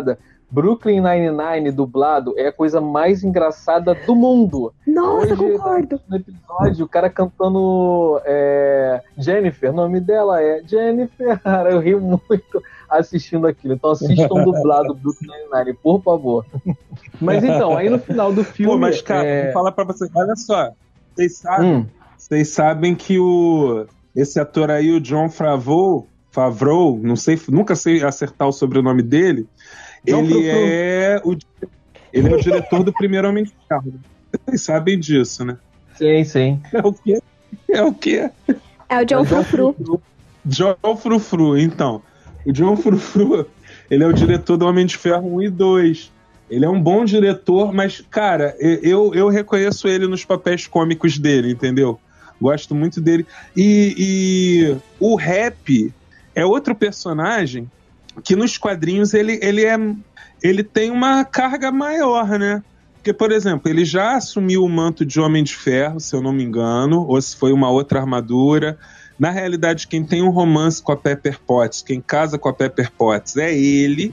Brooklyn Nine-Nine dublado é a coisa mais engraçada do mundo. Nossa, Hoje, concordo. No episódio, o cara cantando é, Jennifer, o nome dela é Jennifer. Cara, eu rio muito assistindo aquilo. Então assistam dublado Brooklyn Nine-Nine, por favor. Mas então, aí no final do filme... Pô, mas cara, é... vou falar pra vocês. Olha só, vocês sabem, Hum. vocês sabem que o, esse ator aí, o John Favreau, Favreau, não sei, nunca sei acertar o sobrenome dele, John ele Favreau. é, o, ele é o diretor do primeiro Homem de Ferro. Vocês sabem disso, né? Sim, sim. É o quê? É o quê? É o John Frufru. John Frufru, então. O John Frufru, ele é o diretor do Homem de Ferro um e dois. Ele é um bom diretor, mas, cara, eu, eu reconheço ele nos papéis cômicos dele, entendeu? Gosto muito dele. E, e o Rap é outro personagem que nos quadrinhos ele, ele, é, ele tem uma carga maior, né? Porque, por exemplo, ele já assumiu o manto de Homem de Ferro, se eu não me engano, ou se foi uma outra armadura. Na realidade, quem tem um romance com a Pepper Potts, quem casa com a Pepper Potts é ele.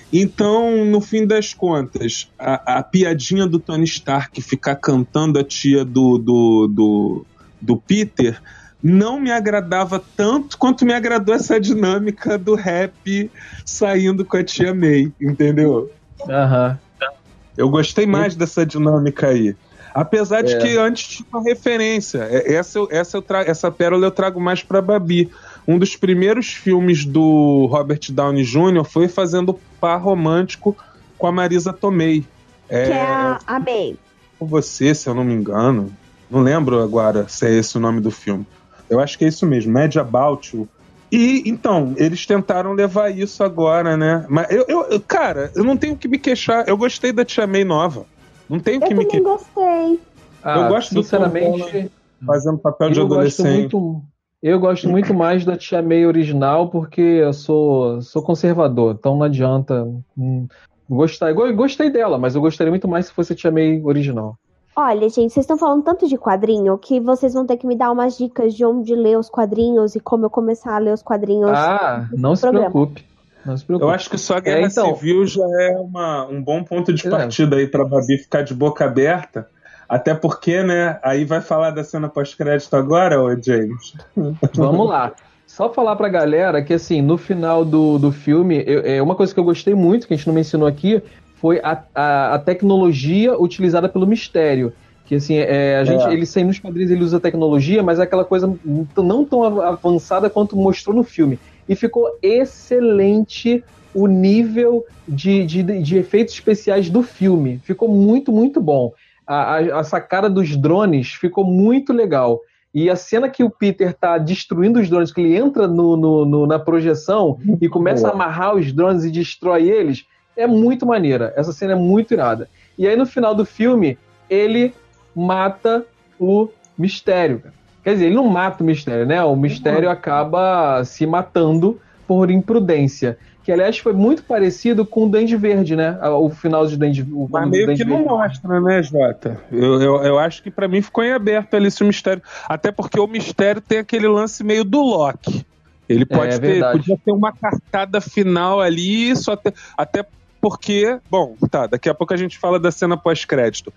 Então, no fim das contas, a, a piadinha do Tony Stark ficar cantando a tia do, do, do, do Peter não me agradava tanto quanto me agradou essa dinâmica do Rap saindo com a tia May, entendeu? Aham. Eu gostei mais e... dessa dinâmica aí. Apesar de é. que antes tinha uma referência. Essa, eu, essa, eu tra... essa pérola eu trago mais pra Babi. Um dos primeiros filmes do Robert Downey Júnior foi fazendo par romântico com a Marisa Tomei. É... Que é a, a May. Com você, se eu não me engano. Não lembro agora se é esse o nome do filme. Eu acho que é isso mesmo, Mad About You. E, então, eles tentaram levar isso agora, né? Mas, eu, eu, cara, eu não tenho que me queixar. Eu gostei da Tia May nova. Não tenho Eu que me também queixar. gostei. Ah, Eu gosto do sinceramente, fazendo papel de eu gosto adolescente. muito, eu gosto muito mais da Tia May original porque eu sou, sou conservador, então não adianta hum, gostar. Eu gostei dela, mas eu gostaria muito mais se fosse a Tia May original. Olha, gente, vocês estão falando tanto de quadrinho que vocês vão ter que me dar umas dicas de onde ler os quadrinhos e como eu começar a ler os quadrinhos. Ah, não se programa. preocupe. Não se preocupe. Eu acho que só a Guerra É, então- Civil já é uma, um bom ponto de É. partida aí pra Babi ficar de boca aberta. Até porque, né, aí vai falar da cena pós-crédito agora, ô James? Vamos lá. Só falar pra galera que, assim, no final do, do filme, eu, é uma coisa que eu gostei muito, que a gente não mencionou aqui, foi a, a, a tecnologia utilizada pelo Mistério. Que, assim, é, a gente, É. ele sem nos quadrinhos ele usa tecnologia, mas é aquela coisa não tão avançada quanto mostrou no filme. E ficou excelente o nível de, de, de efeitos especiais do filme. Ficou muito, muito bom. A, a, a sacada dos drones ficou muito legal. E a cena que o Peter tá destruindo os drones, que ele entra no, no, no, na projeção e começa a amarrar os drones e destrói eles, é muito maneira. Essa cena é muito irada. E aí no final do filme, ele mata o Mistério. Quer dizer, ele não mata o Mistério, né? O Mistério acaba se matando por imprudência. Que, aliás, foi muito parecido com o Duende Verde, né? O final de Duende Verde. Mas meio que não mostra, né, Jota? Eu, eu, eu acho que pra mim ficou em aberto ali esse Mistério. Até porque o Mistério tem aquele lance meio do Loki. Ele pode É, ter, verdade. podia ter uma cartada final ali, só ter, até porque, bom, tá, daqui a pouco a gente fala da cena pós-crédito.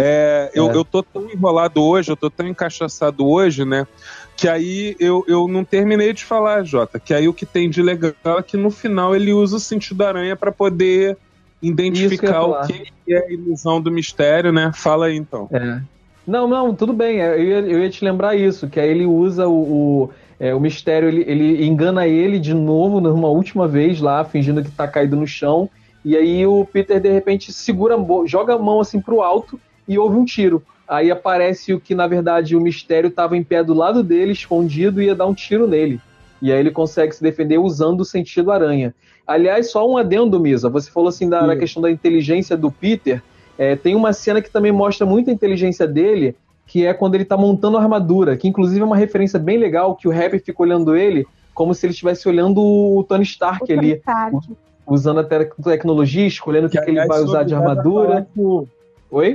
É, eu, É. eu tô tão enrolado hoje, eu tô tão encaixaçado hoje, né, que aí eu, eu não terminei de falar, Jota, que aí o que tem de legal é que no final ele usa o sentido da aranha pra poder identificar Isso o que que é a ilusão do Mistério, né? Fala aí, então. É. Não, não, tudo bem. Eu ia, eu ia te lembrar isso, que aí ele usa o, o, é, o Mistério, ele, ele engana ele de novo, numa última vez lá, fingindo que tá caído no chão. E aí o Peter, de repente, segura, a mo- joga a mão assim pro alto e ouve um tiro. Aí aparece o que, na verdade, o Mistério estava em pé do lado dele, escondido, e ia dar um tiro nele. E aí ele consegue se defender usando o sentido aranha. Aliás, só um adendo, Misa. Você falou assim da, da questão da inteligência do Peter. É, tem uma cena que também mostra muito a inteligência dele, que é quando ele tá montando a armadura, que inclusive é uma referência bem legal, que o Happy fica olhando ele como se ele estivesse olhando o Tony Stark O Tony ali. Stark. Usando a te- tecnologia, escolhendo o que, que ele aliás, vai usar de sou obrigado a armadura. falar que o- Oi?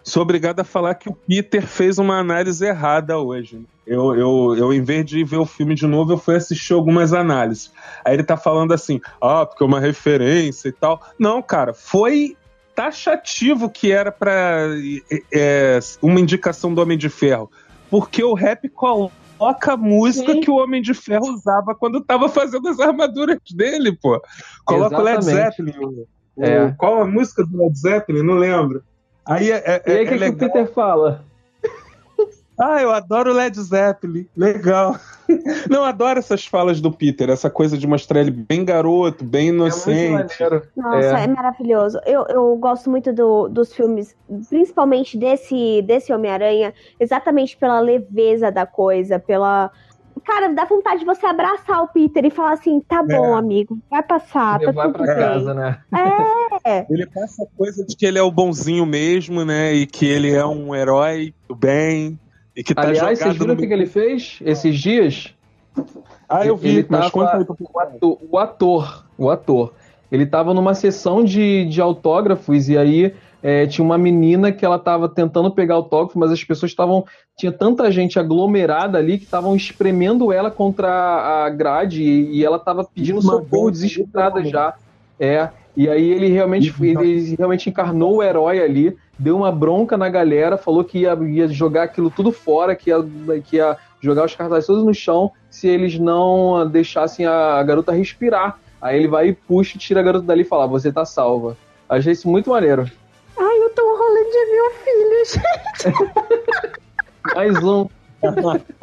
sou obrigado a falar que o Peter fez uma análise errada hoje. Eu, eu, eu, em vez de ver o filme de novo, eu fui assistir algumas análises. Aí ele tá falando assim, ah, porque é uma referência e tal. Não, cara, foi taxativo que era pra é, uma indicação do Homem de Ferro. Porque o rap coloca a música Sim. que o Homem de Ferro usava quando tava fazendo as armaduras dele, pô. Coloca Exatamente. o Led Zeppelin. É. O, qual a música do Led Zeppelin? Não lembro. Aí é, é, e aí o é que, que o Peter fala? Ah, eu adoro o Led Zeppelin. Legal. Não, adoro essas falas do Peter, essa coisa de mostrar ele bem garoto, bem inocente. É Nossa, é, é maravilhoso. Eu, eu gosto muito do, dos filmes, principalmente desse, desse Homem-Aranha, exatamente pela leveza da coisa, pela... Cara, dá vontade de você abraçar o Peter e falar assim, tá bom, é. amigo, vai passar, ele tá vai tudo pra bem. casa, né? É. Ele passa a coisa de que ele é o bonzinho mesmo, né? E que ele é um herói do bem. E que tá Aliás, vocês viram o no... que ele fez esses dias? Ah, eu vi, ele mas tava, conta aí. O ator, o ator, o ator, ele tava numa sessão de, de autógrafos e aí é, tinha uma menina que ela tava tentando pegar autógrafo, mas as pessoas estavam... Tinha tanta gente aglomerada ali que estavam espremendo ela contra a grade e, e ela tava pedindo socorro, desesperada já. É, e aí ele realmente, ele realmente encarnou o herói ali, deu uma bronca na galera, falou que ia, ia jogar aquilo tudo fora, que ia, que ia jogar os cartazes todos no chão se eles não deixassem a, a garota respirar. Aí ele vai e puxa e tira a garota dali e fala, você tá salva. Achei isso muito maneiro. Ai, o Tom Holland é meu filho, gente. Mais um. Meu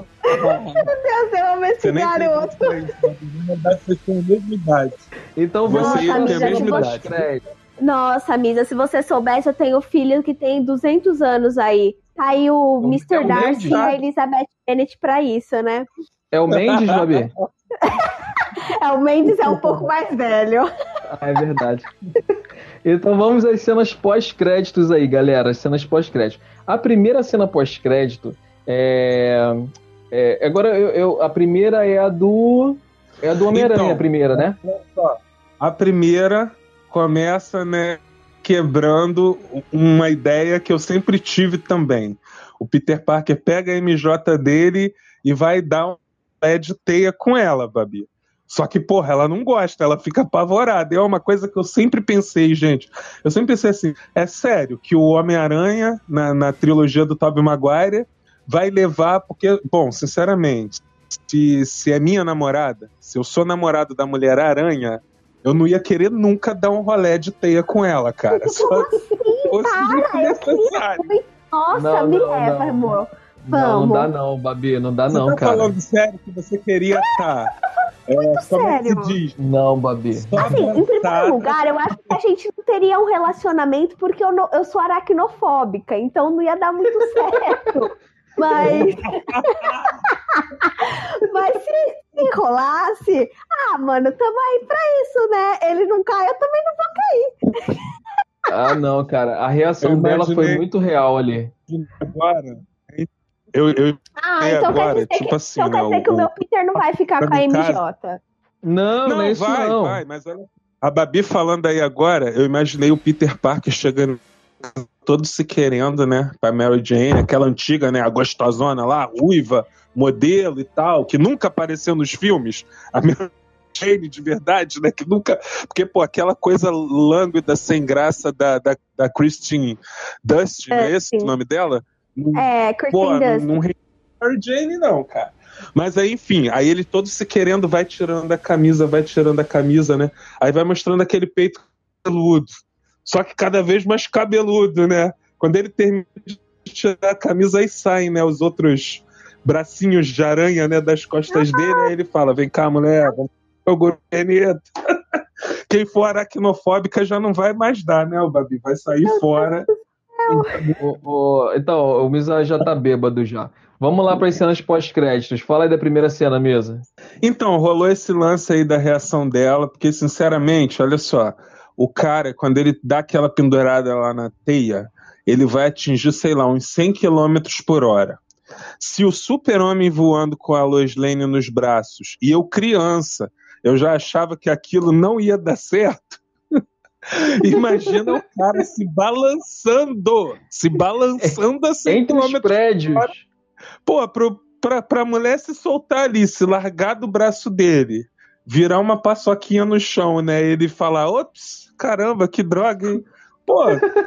Deus, eu amo esse garoto. Vocês têm a mesma idade. Então você tem a mesma idade. idade. Nossa, Misa, se você soubesse, eu tenho filho que tem duzentos anos aí. Tá aí o, o mister Darcy e a Elizabeth Bennet pra isso, né? É o Mendes, Babi? É, o Mendes é um pouco mais velho. Ah, é verdade. Então vamos às cenas pós-créditos aí, galera. As cenas pós-crédito. A primeira cena pós-crédito é... é... Agora, eu, eu... a primeira é a do... É a do Homem-Aranha, então, a primeira, né? A primeira começa, né, quebrando uma ideia que eu sempre tive também. O Peter Parker pega a M J dele e vai dar um pé de teia com ela, Babi. Só que, porra, ela não gosta, ela fica apavorada. É uma coisa que eu sempre pensei, gente. Eu sempre pensei assim, é sério que o Homem-Aranha, na, na trilogia do Tobey Maguire, vai levar... Porque, bom, sinceramente, se, se é minha namorada, se eu sou namorado da Mulher-Aranha, eu não ia querer nunca dar um rolê de teia com ela, cara. Só assim, se fosse muito necessário. Nossa, não, me não, leva, não. amor. Não, não dá não, Babi, não dá você não, tá cara. Você tá falando sério que você queria estar... É, muito como sério. É que se diz? Não, Babi. Assim, em primeiro lugar, eu acho que a gente não teria um relacionamento porque eu, não, eu sou aracnofóbica, então não ia dar muito certo. Mas... Mas se, se rolasse, ah, mano, tamo aí pra isso, né? Ele não cai, eu também não vou cair. Ah, não, cara. A reação Eu dela imaginei... foi muito real ali. Agora... Eu, eu ah, então agora, quer dizer, tipo que, assim, então né, quer dizer o, que o meu Peter não vai ficar com a M J. Caso... Não, não, não é isso vai, não. vai, mas olha, a Babi falando aí agora, eu imaginei o Peter Parker chegando todo se querendo, né, pra Mary Jane, aquela antiga, né, a gostosona lá, ruiva, modelo e tal, que nunca apareceu nos filmes, a Mary Jane de verdade, né, que nunca, porque, pô, aquela coisa lânguida, sem graça da, da, da Kristen Dust, é, não é esse sim. o nome dela? É, Kristen Dust. Não, não Mary Jane não, cara. Mas aí, enfim, aí ele todo se querendo, vai tirando a camisa, vai tirando a camisa, né? Aí vai mostrando aquele peito cabeludo. Só que cada vez mais cabeludo, né? Quando ele termina de tirar a camisa, aí saem, né? Os outros bracinhos de aranha, né? Das costas dele. Aí ele fala, vem cá, mulher, vamos o governeta. Quem for aracnofóbica já não vai mais dar, né, o Babi? Vai sair fora. O, o, então, o Misa já tá bêbado já. Vamos lá para as cenas pós-créditos. Fala aí da primeira cena, Misa. Então, rolou esse lance aí da reação dela, porque, sinceramente, olha só, o cara, quando ele dá aquela pendurada lá na teia, ele vai atingir, sei lá, uns cem quilômetros por hora. Se o Super-Homem voando com a Lois Lane nos braços, e eu criança, eu já achava que aquilo não ia dar certo, Imagina o cara se balançando, se balançando assim. Entre os prédios. Pô, pro, pra, pra mulher se soltar ali, se largar do braço dele, virar uma paçoquinha no chão, né? Ele falar, ops, caramba, que droga, hein? Pô,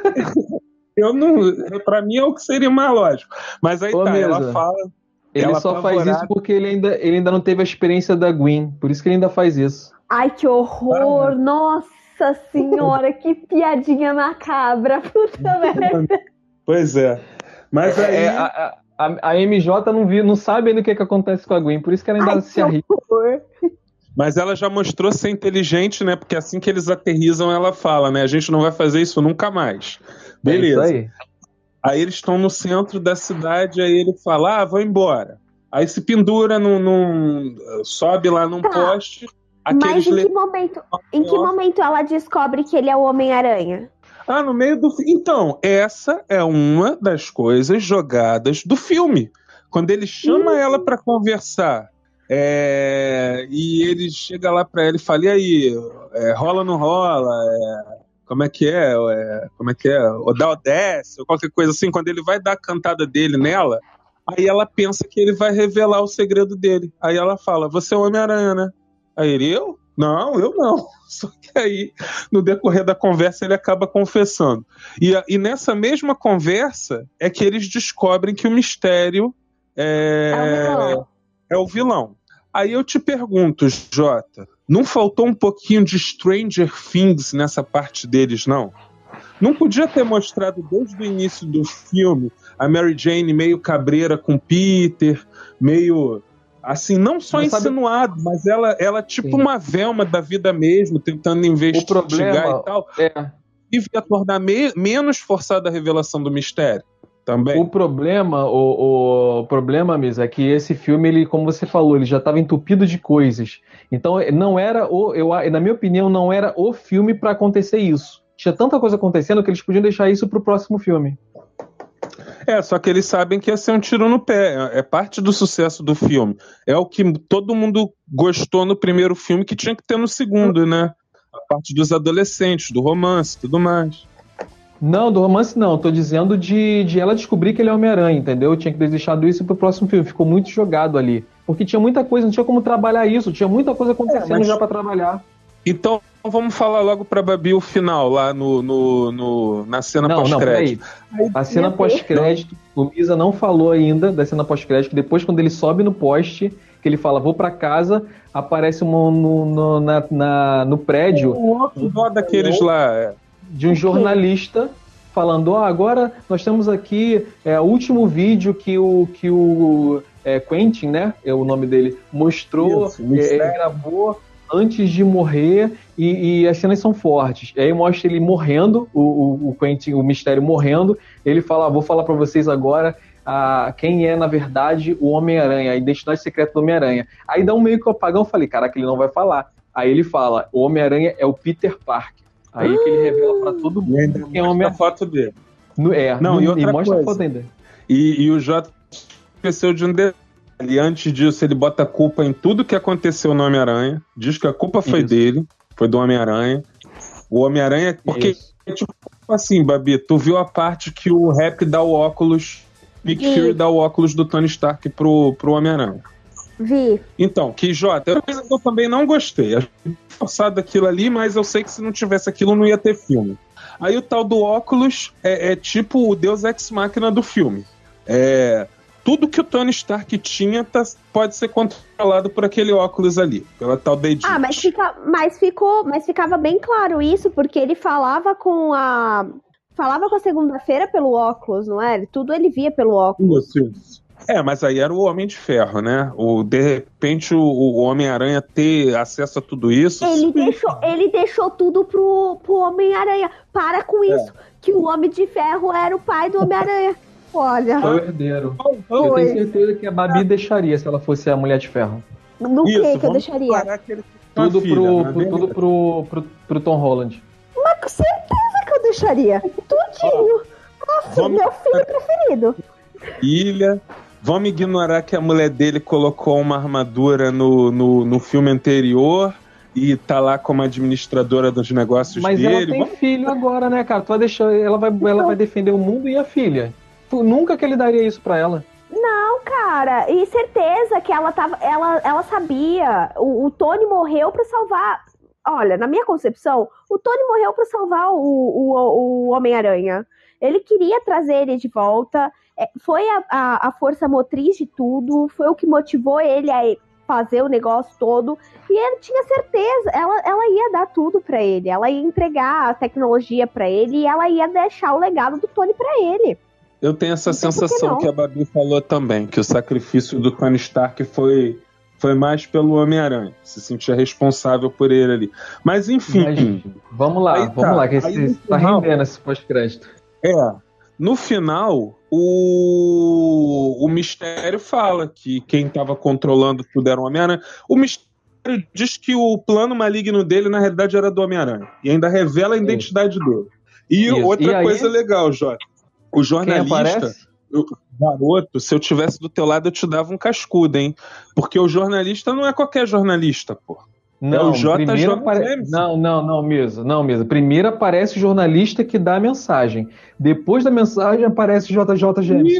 eu não. Pra mim é o que seria mais lógico. Mas aí Ô, tá, Mesa, ela fala. Ele ela só apavorada. faz isso porque ele ainda, ele ainda não teve a experiência da Gwen. Por isso que ele ainda faz isso. Ai, que horror! Ah, nossa senhora, que piadinha macabra! Puta merda! Pois é. Mas aí. É, a, a, a M J não, viu, não sabe ainda o que, que acontece com a Gwen. Por isso que ela ainda Ai, se arrisca. Mas ela já mostrou ser inteligente, né? Porque assim que eles aterrissam, ela fala, né? A gente não vai fazer isso nunca mais. Beleza. É isso aí. Aí eles estão no centro da cidade, aí ele fala, ah, vou embora. Aí se pendura, num, num, sobe lá num tá. poste. Mas em que, momento, em que momento ela descobre que ele é o Homem-Aranha? Ah, no meio do... Então, essa é uma das coisas jogadas do filme. Quando ele chama hum. ela pra conversar, é... e ele chega lá pra ela e fala, e aí, é, rola ou não rola? É... Como é que é? é? Como é que é? Ou dá ou desce, ou qualquer coisa assim. Quando ele vai dar a cantada dele nela, aí ela pensa que ele vai revelar o segredo dele. Aí ela fala, você é o Homem-Aranha, né? Aí ele, eu? Não, eu não. Só que aí, no decorrer da conversa, ele acaba confessando. E, e nessa mesma conversa é que eles descobrem que o mistério é, é, o, vilão. é o vilão. Aí eu te pergunto, Jota, não faltou um pouquinho de Stranger Things nessa parte deles, não? Não podia ter mostrado desde o início do filme a Mary Jane meio cabreira com Peter, meio... Assim, não só não insinuado, sabe... mas ela, ela tipo Sim. uma Velma da vida mesmo, tentando investigar o problema e tal. É... E ia tornar me... menos forçada a revelação do mistério também. O problema, o, o problema, Misa, é que esse filme, ele, como você falou, ele já estava entupido de coisas. Então, não era o, eu, na minha opinião, não era o filme para acontecer isso. Tinha tanta coisa acontecendo que eles podiam deixar isso pro próximo filme. É, só que eles sabem que ia ser um tiro no pé. É parte do sucesso do filme. É o que todo mundo gostou no primeiro filme que tinha que ter no segundo, né? A parte dos adolescentes, do romance e tudo mais. Não, do romance não. Tô dizendo de, de ela descobrir que ele é Homem-Aranha, entendeu? Tinha que ter deixado isso pro próximo filme. Ficou muito jogado ali. Porque tinha muita coisa, não tinha como trabalhar isso. Tinha muita coisa acontecendo é, mas... já pra trabalhar. Então vamos falar logo pra Babi o final, lá no, no, no, na cena não, pós-crédito. Não, peraí. A cena pós-crédito, o Misa não falou ainda da cena pós-crédito, que depois quando ele sobe no poste, que ele fala, vou pra casa, aparece uma, no, no, na, na, no prédio... Um outro um, daqueles um, lá... De um jornalista falando, ó, oh, agora nós temos aqui é, o último vídeo que o, que o é, Quentin, né, é o nome dele, mostrou, Isso, é, é, gravou... antes de morrer, e, e as cenas são fortes. Aí mostra ele morrendo, o, o, o Quentin, o mistério morrendo, ele fala, ah, vou falar pra vocês agora ah, quem é, na verdade, o Homem-Aranha, a identidade secreta do Homem-Aranha. Aí dá um meio que o apagão, falei, caraca, ele não vai falar. Aí ele fala, o Homem-Aranha é o Peter Parker. Aí que ele revela pra todo mundo quem é o Homem-Aranha. A foto dele. No, é, não, no, e, outra e mostra coisa. a foto ainda. E, e o J esqueceu de um detalhe. E antes disso, ele bota a culpa em tudo que aconteceu no Homem-Aranha. Diz que a culpa foi Isso. dele, foi do Homem-Aranha. O Homem-Aranha... Porque, Isso. tipo assim, Babi, tu viu a parte que o Rap dá o óculos... Nick Vi. Fury dá o óculos do Tony Stark pro, pro Homem-Aranha. Vi. Então, que Jota, é uma coisa que eu também não gostei. Achei forçado aquilo ali, mas eu sei que se não tivesse aquilo, não ia ter filme. Aí o tal do óculos é, é tipo o Deus Ex Machina do filme. É... Tudo que o Tony Stark tinha tá, pode ser controlado por aquele óculos ali, pela tal da Edith. Ah, mas, fica, mas, ficou, mas ficava bem claro isso, porque ele falava com a... Falava com a segunda-feira pelo óculos, não é? Tudo ele via pelo óculos. Isso, isso. É, mas aí era o Homem de Ferro, né? O, de repente o, o Homem-Aranha ter acesso a tudo isso... Ele, deixou, ele deixou tudo pro, pro Homem-Aranha. Para com isso, é. que o Homem de Ferro era o pai do Homem-Aranha. Olha. Foi o herdeiro. Eu tenho certeza que a Babi deixaria se ela fosse a Mulher de Ferro. No Isso, que que eu deixaria? Tudo, filha, pro, pro, tudo pro, pro, pro Tom Holland. Mas com certeza que eu deixaria. Tudinho. Nossa, vamos... meu filho preferido. Filha. Vamos ignorar que a mulher dele colocou uma armadura no, no, no filme anterior. e tá lá como administradora dos negócios Mas dele. ela tem Vamos... filho agora, né, cara? Tu vai deixar, ela vai, ela vai defender o mundo e a filha. Tu, nunca que ele daria isso pra ela. Não, cara, e certeza que ela tava, ela, ela sabia. O, o Tony morreu pra salvar. Olha, na minha concepção, o Tony morreu pra salvar o, o, o Homem-Aranha. Ele queria trazer ele de volta. É, foi a, a, a força motriz de tudo. Foi o que motivou ele a fazer o negócio todo. E ele tinha certeza. Ela, ela ia dar tudo pra ele. Ela ia entregar a tecnologia pra ele. E ela ia deixar o legado do Tony pra ele. Eu tenho essa sensação que a Babi falou também, que o sacrifício do Tony Stark foi, foi mais pelo Homem-Aranha, se sentia responsável por ele ali. Mas enfim... Mas, vamos lá, aí vamos tá, lá, que esse, tá final, rendendo esse pós-crédito. É, no final, o, o Mistério fala que quem estava controlando tudo era o Homem-Aranha. O Mistério diz que o plano maligno dele, na realidade, era do Homem-Aranha, e ainda revela a identidade Isso. dele. E Isso. outra e coisa aí... legal, Jota. O jornalista, o garoto, se eu tivesse do teu lado, eu te dava um cascudo, hein? Porque o jornalista não é qualquer jornalista, pô. Não, é o J J apare... não, não, não, mesmo, não mesmo. Primeiro aparece o jornalista que dá a mensagem. Depois da mensagem aparece o J J Jameson.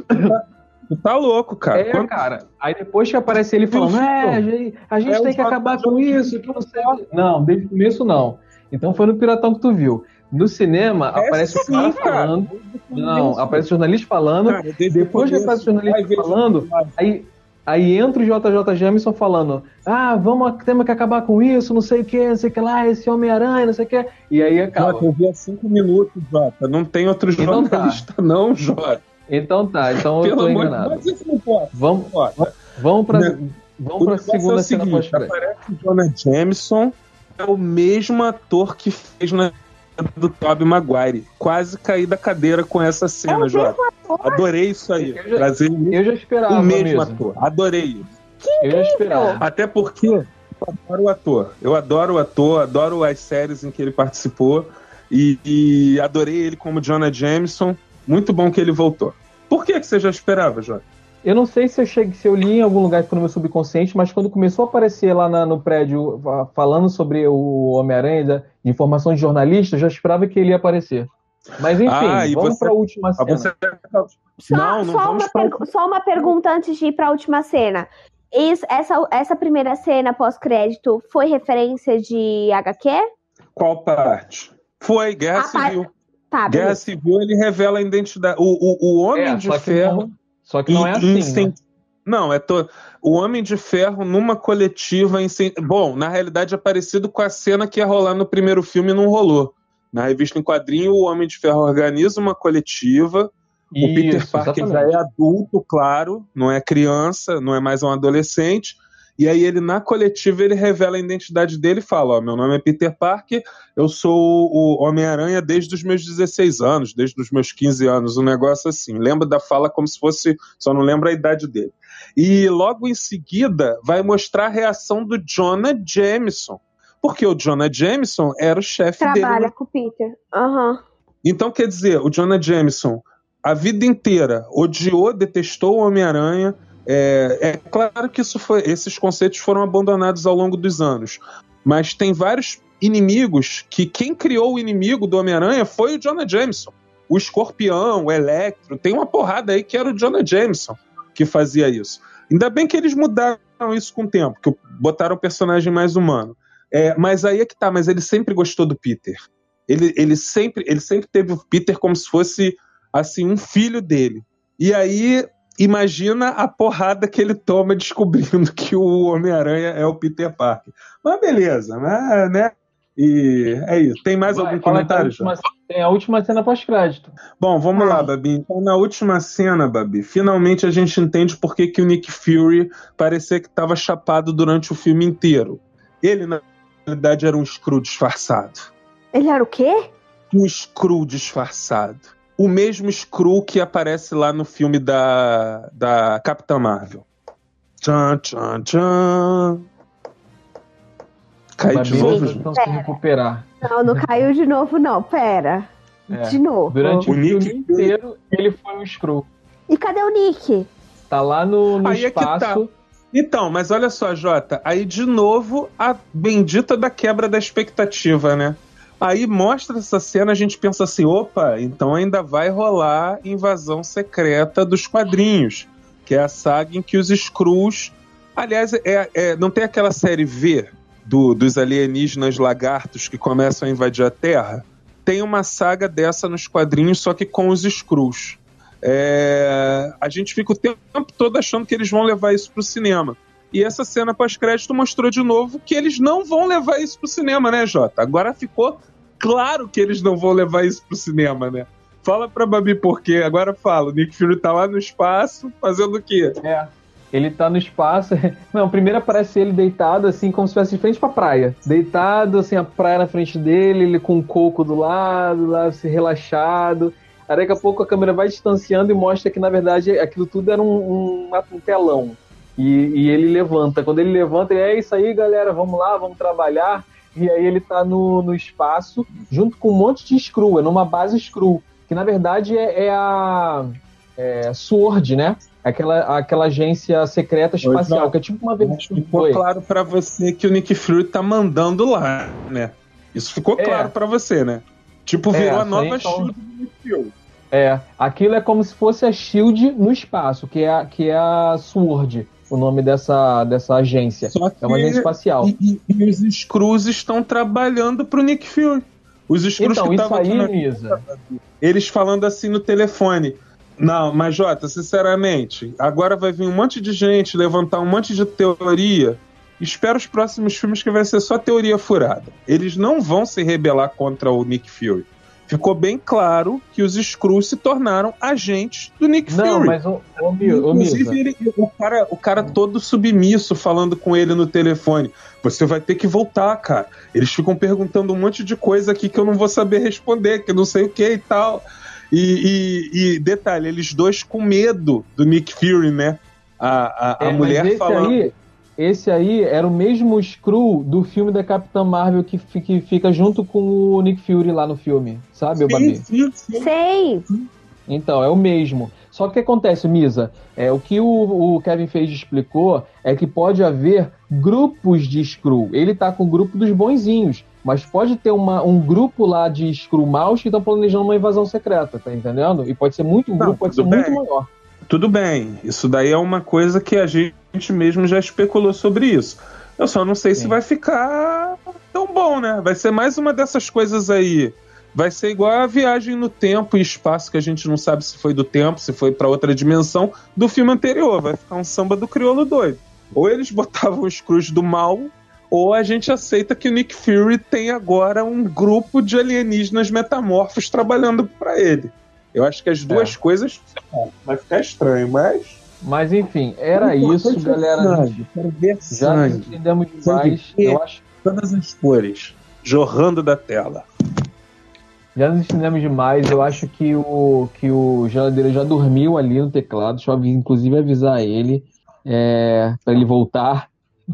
Tu tá louco, cara. É, Quando... cara. Aí depois que aparece ele falando, é, a gente, a gente é tem que acabar com isso. Que não, sei. Não, desde o começo não. Então foi no Piratão que tu viu. No cinema, é aparece sim, o cara, cara falando. Não, aparece o jornalista falando. Cara, depois que aparece o jornalista falando, aí, aí entra o J J Jameson falando: ah, vamos, temos que acabar com isso, não sei o que, não sei o que lá, esse Homem-Aranha, não sei o que. E aí acaba. Jota, eu vi há cinco minutos, Jota. Não tem outro então jornalista, tá. não, Jota. Então tá, então eu tô enganado. Mas isso não pode. Vamos, vamos pra, não. vamos pra segunda é cena pós-crédito. Aparece o Jonah Jameson, é o mesmo ator que fez na. Do Tobey Maguire. Quase caí da cadeira com essa cena, é Jota. Adorei isso aí. Eu já, eu já esperava. O mesmo mesmo. ator. Adorei isso. Que eu já esperava. Até porque eu adoro o ator. Eu adoro o ator, adoro as séries em que ele participou. E, e adorei ele como Jonah Jameson. Muito bom que ele voltou. Por que, que você já esperava, Jota? Eu não sei se eu, cheguei, se eu li em algum lugar que foi no meu subconsciente, mas quando começou a aparecer lá na, no prédio falando sobre o Homem-Aranha, de informação de jornalista, eu já esperava que ele ia aparecer. Mas enfim, ah, vamos para a última cena. Você... Só, não, não só, uma pra... per... só uma pergunta antes de ir para a última cena. Isso, essa, essa primeira cena pós-crédito foi referência de agá quê? Qual parte? Foi, Guerra a Civil. Par... Tá, Guerra beleza. Civil, ele revela a identidade. O, o, o Homem é, de Ferro... Não... Só que não é assim, incent... né? Não, é to... o Homem de Ferro numa coletiva... Incent... Bom, na realidade é parecido com a cena que ia rolar no primeiro filme e não rolou. Na revista em quadrinho, o Homem de Ferro organiza uma coletiva. Isso, o Peter Parker exatamente. já é adulto, claro, não é criança, não é mais um adolescente. E aí ele, na coletiva, ele revela a identidade dele e fala, ó, meu nome é Peter Parker, eu sou o Homem-Aranha desde os meus dezesseis anos, desde os meus quinze anos, um negócio assim. Lembra da fala como se fosse, só não lembro a idade dele. E logo em seguida vai mostrar a reação do Jonah Jameson, porque o Jonah Jameson era o chefe dele. Trabalha com o Peter. Uhum. Então, quer dizer, o Jonah Jameson, a vida inteira, odiou, detestou o Homem-Aranha. É, é claro que isso foi, esses conceitos foram abandonados ao longo dos anos, mas tem vários inimigos que quem criou o inimigo do Homem-Aranha foi o Jonah Jameson. O Escorpião, o Electro, tem uma porrada aí que era o Jonah Jameson que fazia isso. Ainda bem que eles mudaram isso com o tempo, que botaram o personagem mais humano. É, mas aí é que tá, mas ele sempre gostou do Peter. Ele, ele, sempre, ele sempre teve o Peter como se fosse assim, um filho dele. E aí imagina a porrada que ele toma descobrindo que o Homem-Aranha é o Peter Parker. Mas beleza, né? né? E é isso. Tem mais Vai, algum comentário, última, Tem a última cena pós-crédito. Bom, vamos ah. lá, Babi. Então, na última cena, Babi, finalmente a gente entende por que, que o Nick Fury parecia que estava chapado durante o filme inteiro. Ele, na realidade, era um Skrull disfarçado. Ele era o quê? Um Skrull disfarçado. O mesmo Skrull que aparece lá no filme da, da Capitã Marvel. Tchan, tchan, tchan. Caiu de novo? Então se recuperar. Não, não caiu de novo, não. Pera. É. De novo. Durante o, o filme Nick... inteiro, ele foi um Skrull. E cadê o Nick? Tá lá no, no Aí espaço. É que tá. Então, mas olha só, Jota, aí de novo a bendita da quebra da expectativa, né? Aí mostra essa cena, a gente pensa assim, opa, então ainda vai rolar Invasão Secreta dos quadrinhos, que é a saga em que os Skrulls... Aliás, é, é, não tem aquela série V do, dos alienígenas lagartos que começam a invadir a Terra? Tem uma saga dessa nos quadrinhos, só que com os Skrulls. É, a gente fica o tempo todo achando que eles vão levar isso pro cinema. E essa cena pós-crédito mostrou de novo que eles não vão levar isso pro cinema, né, Jota? Agora ficou claro que eles não vão levar isso pro cinema, né? Fala pra Babi por quê. Agora fala. O Nick Fury tá lá no espaço fazendo o quê? É, ele tá no espaço... Não, primeiro aparece ele deitado, assim, como se estivesse de frente pra praia. Deitado, assim, a praia na frente dele, ele com um coco do lado, lá, assim, relaxado. Aí daqui a pouco a câmera vai distanciando e mostra que, na verdade, aquilo tudo era um, um, um telão. E, e ele levanta. Quando ele levanta, ele, é isso aí, galera, vamos lá, vamos trabalhar. E aí ele tá no, no espaço, junto com um monte de Skrull, é numa base Skrull, que na verdade é, é a é, SWORD, né? Aquela, aquela agência secreta espacial, que é tipo uma vez. Ficou Foi. claro pra você que o Nick Fury tá mandando lá, né? Isso ficou é. claro pra você, né? Tipo, virou é, a nova então... SHIELD do Nick Fury. É, aquilo é como se fosse a SHIELD no espaço, que é a, que é a SWORD, o nome dessa, dessa agência. Só que, é uma agência espacial. E, e, e os Skrulls estão trabalhando pro Nick Fury. Os Skrulls então, que estavam aqui na... Misa. Eles falando assim no telefone. Não, mas Jota, sinceramente, agora vai vir um monte de gente levantar um monte de teoria. Espera os próximos filmes que vai ser só teoria furada. Eles não vão se rebelar contra o Nick Fury. Ficou bem claro que os Skrulls se tornaram agentes do Nick não, Fury. Não, mas o, o, o Inclusive, ele, o, cara, o cara todo submisso falando com ele no telefone. Você vai ter que voltar, cara. Eles ficam perguntando um monte de coisa aqui que eu não vou saber responder, que eu não sei o que e tal. E, e, e detalhe, eles dois com medo do Nick Fury, né? A, a, a é, mulher esse falando... Aí, esse aí era o mesmo Skrull do filme da Capitã Marvel que, que fica junto com o Nick Fury lá no filme, sabe, sim, Babi? Sim, sim. Sei! Então, é o mesmo. Só que o que acontece, Misa? É, o que o, o Kevin Feige explicou é que pode haver grupos de Skrull. Ele tá com o grupo dos bonzinhos, mas pode ter uma, um grupo lá de Skrull maus que estão planejando uma invasão secreta, tá entendendo? E pode ser muito, um Não, grupo pode ser bem. muito maior. Tudo bem, isso daí é uma coisa que a gente mesmo já especulou sobre isso. Eu só não sei Sim. se vai ficar tão bom, né? Vai ser mais uma dessas coisas aí. Vai ser igual a viagem no tempo e espaço, que a gente não sabe se foi do tempo, se foi pra outra dimensão, do filme anterior. Vai ficar um samba do crioulo doido. Ou eles botavam os Skrulls do mal, ou a gente aceita que o Nick Fury tem agora um grupo de alienígenas metamorfos trabalhando pra ele. Eu acho que as duas é. coisas vai ficar estranho, mas... Mas enfim, era isso, galera. Sangue, quero ver já sangue. entendemos demais. Eu acho... Todas as cores jorrando da tela. Já nos entendemos demais. Eu acho que o, que o Geladeira já dormiu ali no teclado. Deixa eu inclusive avisar ele é, para ele voltar.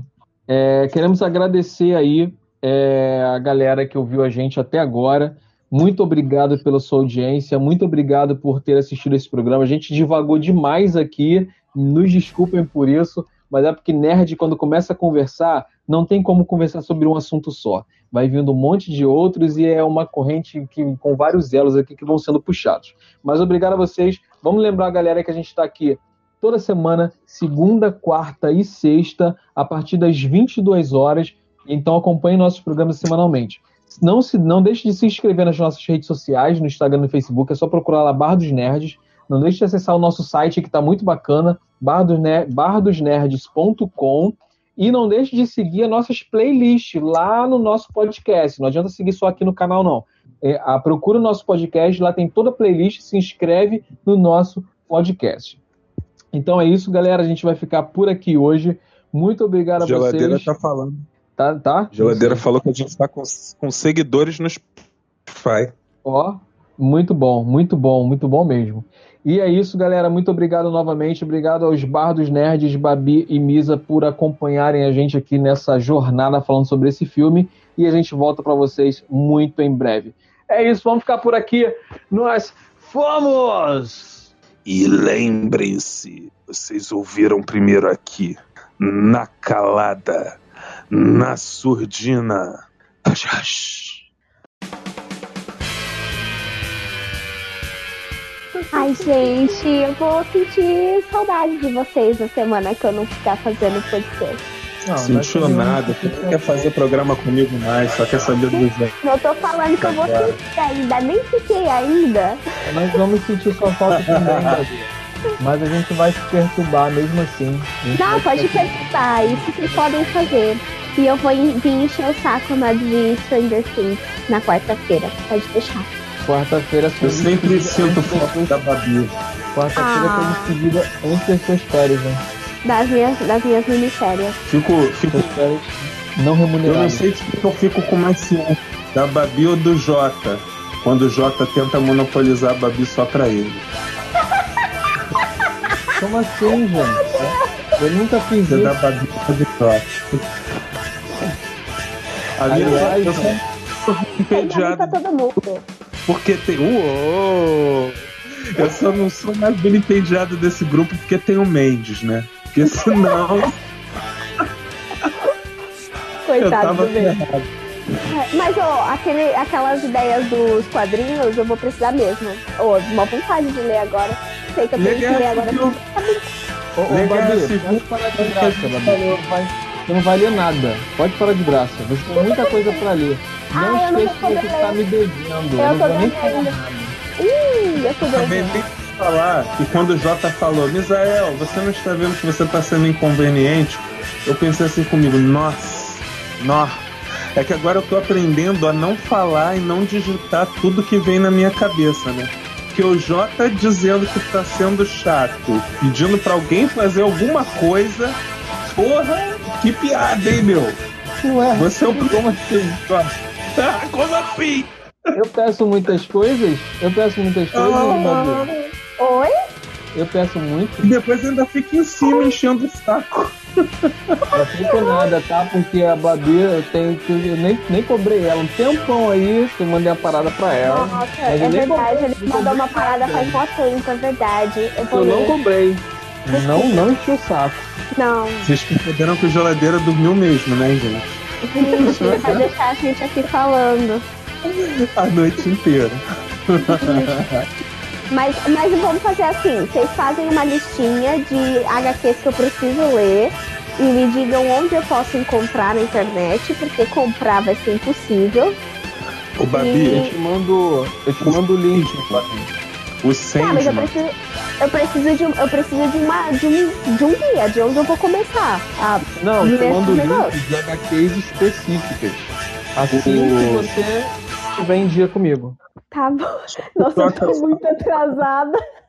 É, queremos agradecer aí é, a galera que ouviu a gente até agora. Muito obrigado pela sua audiência, muito obrigado por ter assistido esse programa. A gente divagou demais aqui, nos desculpem por isso, mas é porque nerd, quando começa a conversar, não tem como conversar sobre um assunto só. Vai vindo um monte de outros e é uma corrente que, com vários elos aqui que vão sendo puxados. Mas obrigado a vocês. Vamos lembrar, galera, que a gente está aqui toda semana, segunda, quarta e sexta, a partir das vinte e duas horas. Então acompanhe nossos programas semanalmente. Não, se, não deixe de se inscrever nas nossas redes sociais, no Instagram e no Facebook, é só procurar lá Bar dos Nerds. Não deixe de acessar o nosso site, que está muito bacana, bar dos nerds ponto com. E não deixe de seguir as nossas playlists lá no nosso podcast. Não adianta seguir só aqui no canal, não. É, a, procura o nosso podcast, lá tem toda a playlist, se inscreve no nosso podcast. Então é isso, galera. A gente vai ficar por aqui hoje. Muito obrigado a vocês. Geladeira tá falando. Tá, tá? Geladeira falou que a gente está com, com seguidores no Spotify. Ó, muito bom, muito bom, muito bom mesmo. E é isso, galera. Muito obrigado novamente. Obrigado aos Bar dos Nerds, Babi e Misa, por acompanharem a gente aqui nessa jornada falando sobre esse filme. E a gente volta para vocês muito em breve. É isso, vamos ficar por aqui. Nós fomos! E lembrem-se, vocês ouviram primeiro aqui. na calada, na surdina. Ai, gente, eu vou sentir saudade de vocês na semana que eu não ficar fazendo podcast. Não sentiu nada, você não quer fazer programa comigo mais, só quer saber dos velhos. Não tô falando que eu vou sentir ainda, nem fiquei ainda. Nós vamos sentir sua falta também, Gabi. Mas a gente vai se perturbar mesmo assim. Não, pode perturbar, isso vocês podem fazer. E eu vou vir encher o saco na de Stranger Things na quarta-feira, pode deixar. Quarta-feira eu sempre sinto falta da Babi. Quarta-feira ah. foi despedida antes das suas férias, né? Das minhas, das minhas miniférias. Fico, fico não remunerado. Eu não sei se eu fico com mais ciúme da Babi ou do Jota, quando o Jota tenta monopolizar a Babi só pra ele. Como assim, gente? Eu nunca fiz isso. Da Babi ou do Jota. Aliás, eu sou entediado. Pra todo mundo. Porque tem. Uou! Eu só não sou mais bem entediado desse grupo porque tem o Mendes, né? Porque senão. Coitado do Mendes. Mas, ó, aquele, aquelas ideias dos quadrinhos eu vou precisar mesmo. Ô, oh, uma vontade de ler agora. Sei que eu tenho Legal, que ler agora. Ô, ô, Babi, vamos parar de graça, Babi. Você não vai ler nada. Pode parar de graça. Você tem muita coisa pra ler. Não ah, esqueça que você tá me devendo. Eu, eu não tô devendo. Ih, eu tô devendo. Também tem que falar que quando o Jota falou, Misael, você não está vendo que você tá sendo inconveniente? Eu pensei assim comigo, nossa, nossa. É que agora eu tô aprendendo a não falar e não digitar tudo que vem na minha cabeça, né? Porque o Jota dizendo que tá sendo chato, pedindo pra alguém fazer alguma coisa, porra, que piada, hein, meu? Não é? Você é o como assim? Como assim? Eu peço muitas coisas? Eu peço muitas coisas, ah, Oi? Eu peço muito. E depois ainda fica em cima enchendo o saco. Não fica nada, tá? Porque a Babi, eu, tenho, eu nem, nem cobrei ela um tempão aí, que eu mandei a parada pra ela. Nossa, é verdade, ele mandou uma parada faz mó tempo, é verdade. Eu, eu não cobrei. Não, não enchi o saco. Não. Vocês perceberam que o geladeira dormiu mesmo, né, gente? Gente, vai deixar a gente aqui falando. A noite inteira. Mas, mas vamos fazer assim, vocês fazem uma listinha de agá quês que eu preciso ler e me digam onde eu posso encontrar na internet, porque comprar vai ser impossível. Ô, Babi, e... eu te mando, eu te mando o link, Babi. O Sandman. Tá, mas eu preciso, eu preciso, de, eu preciso de, uma, de, um, de um guia, de onde eu vou começar. A Não, eu te mando links de agá quês específicas. Assim o... que você estiver em dia comigo. Tá bom. Nossa, eu tô muito atrasada.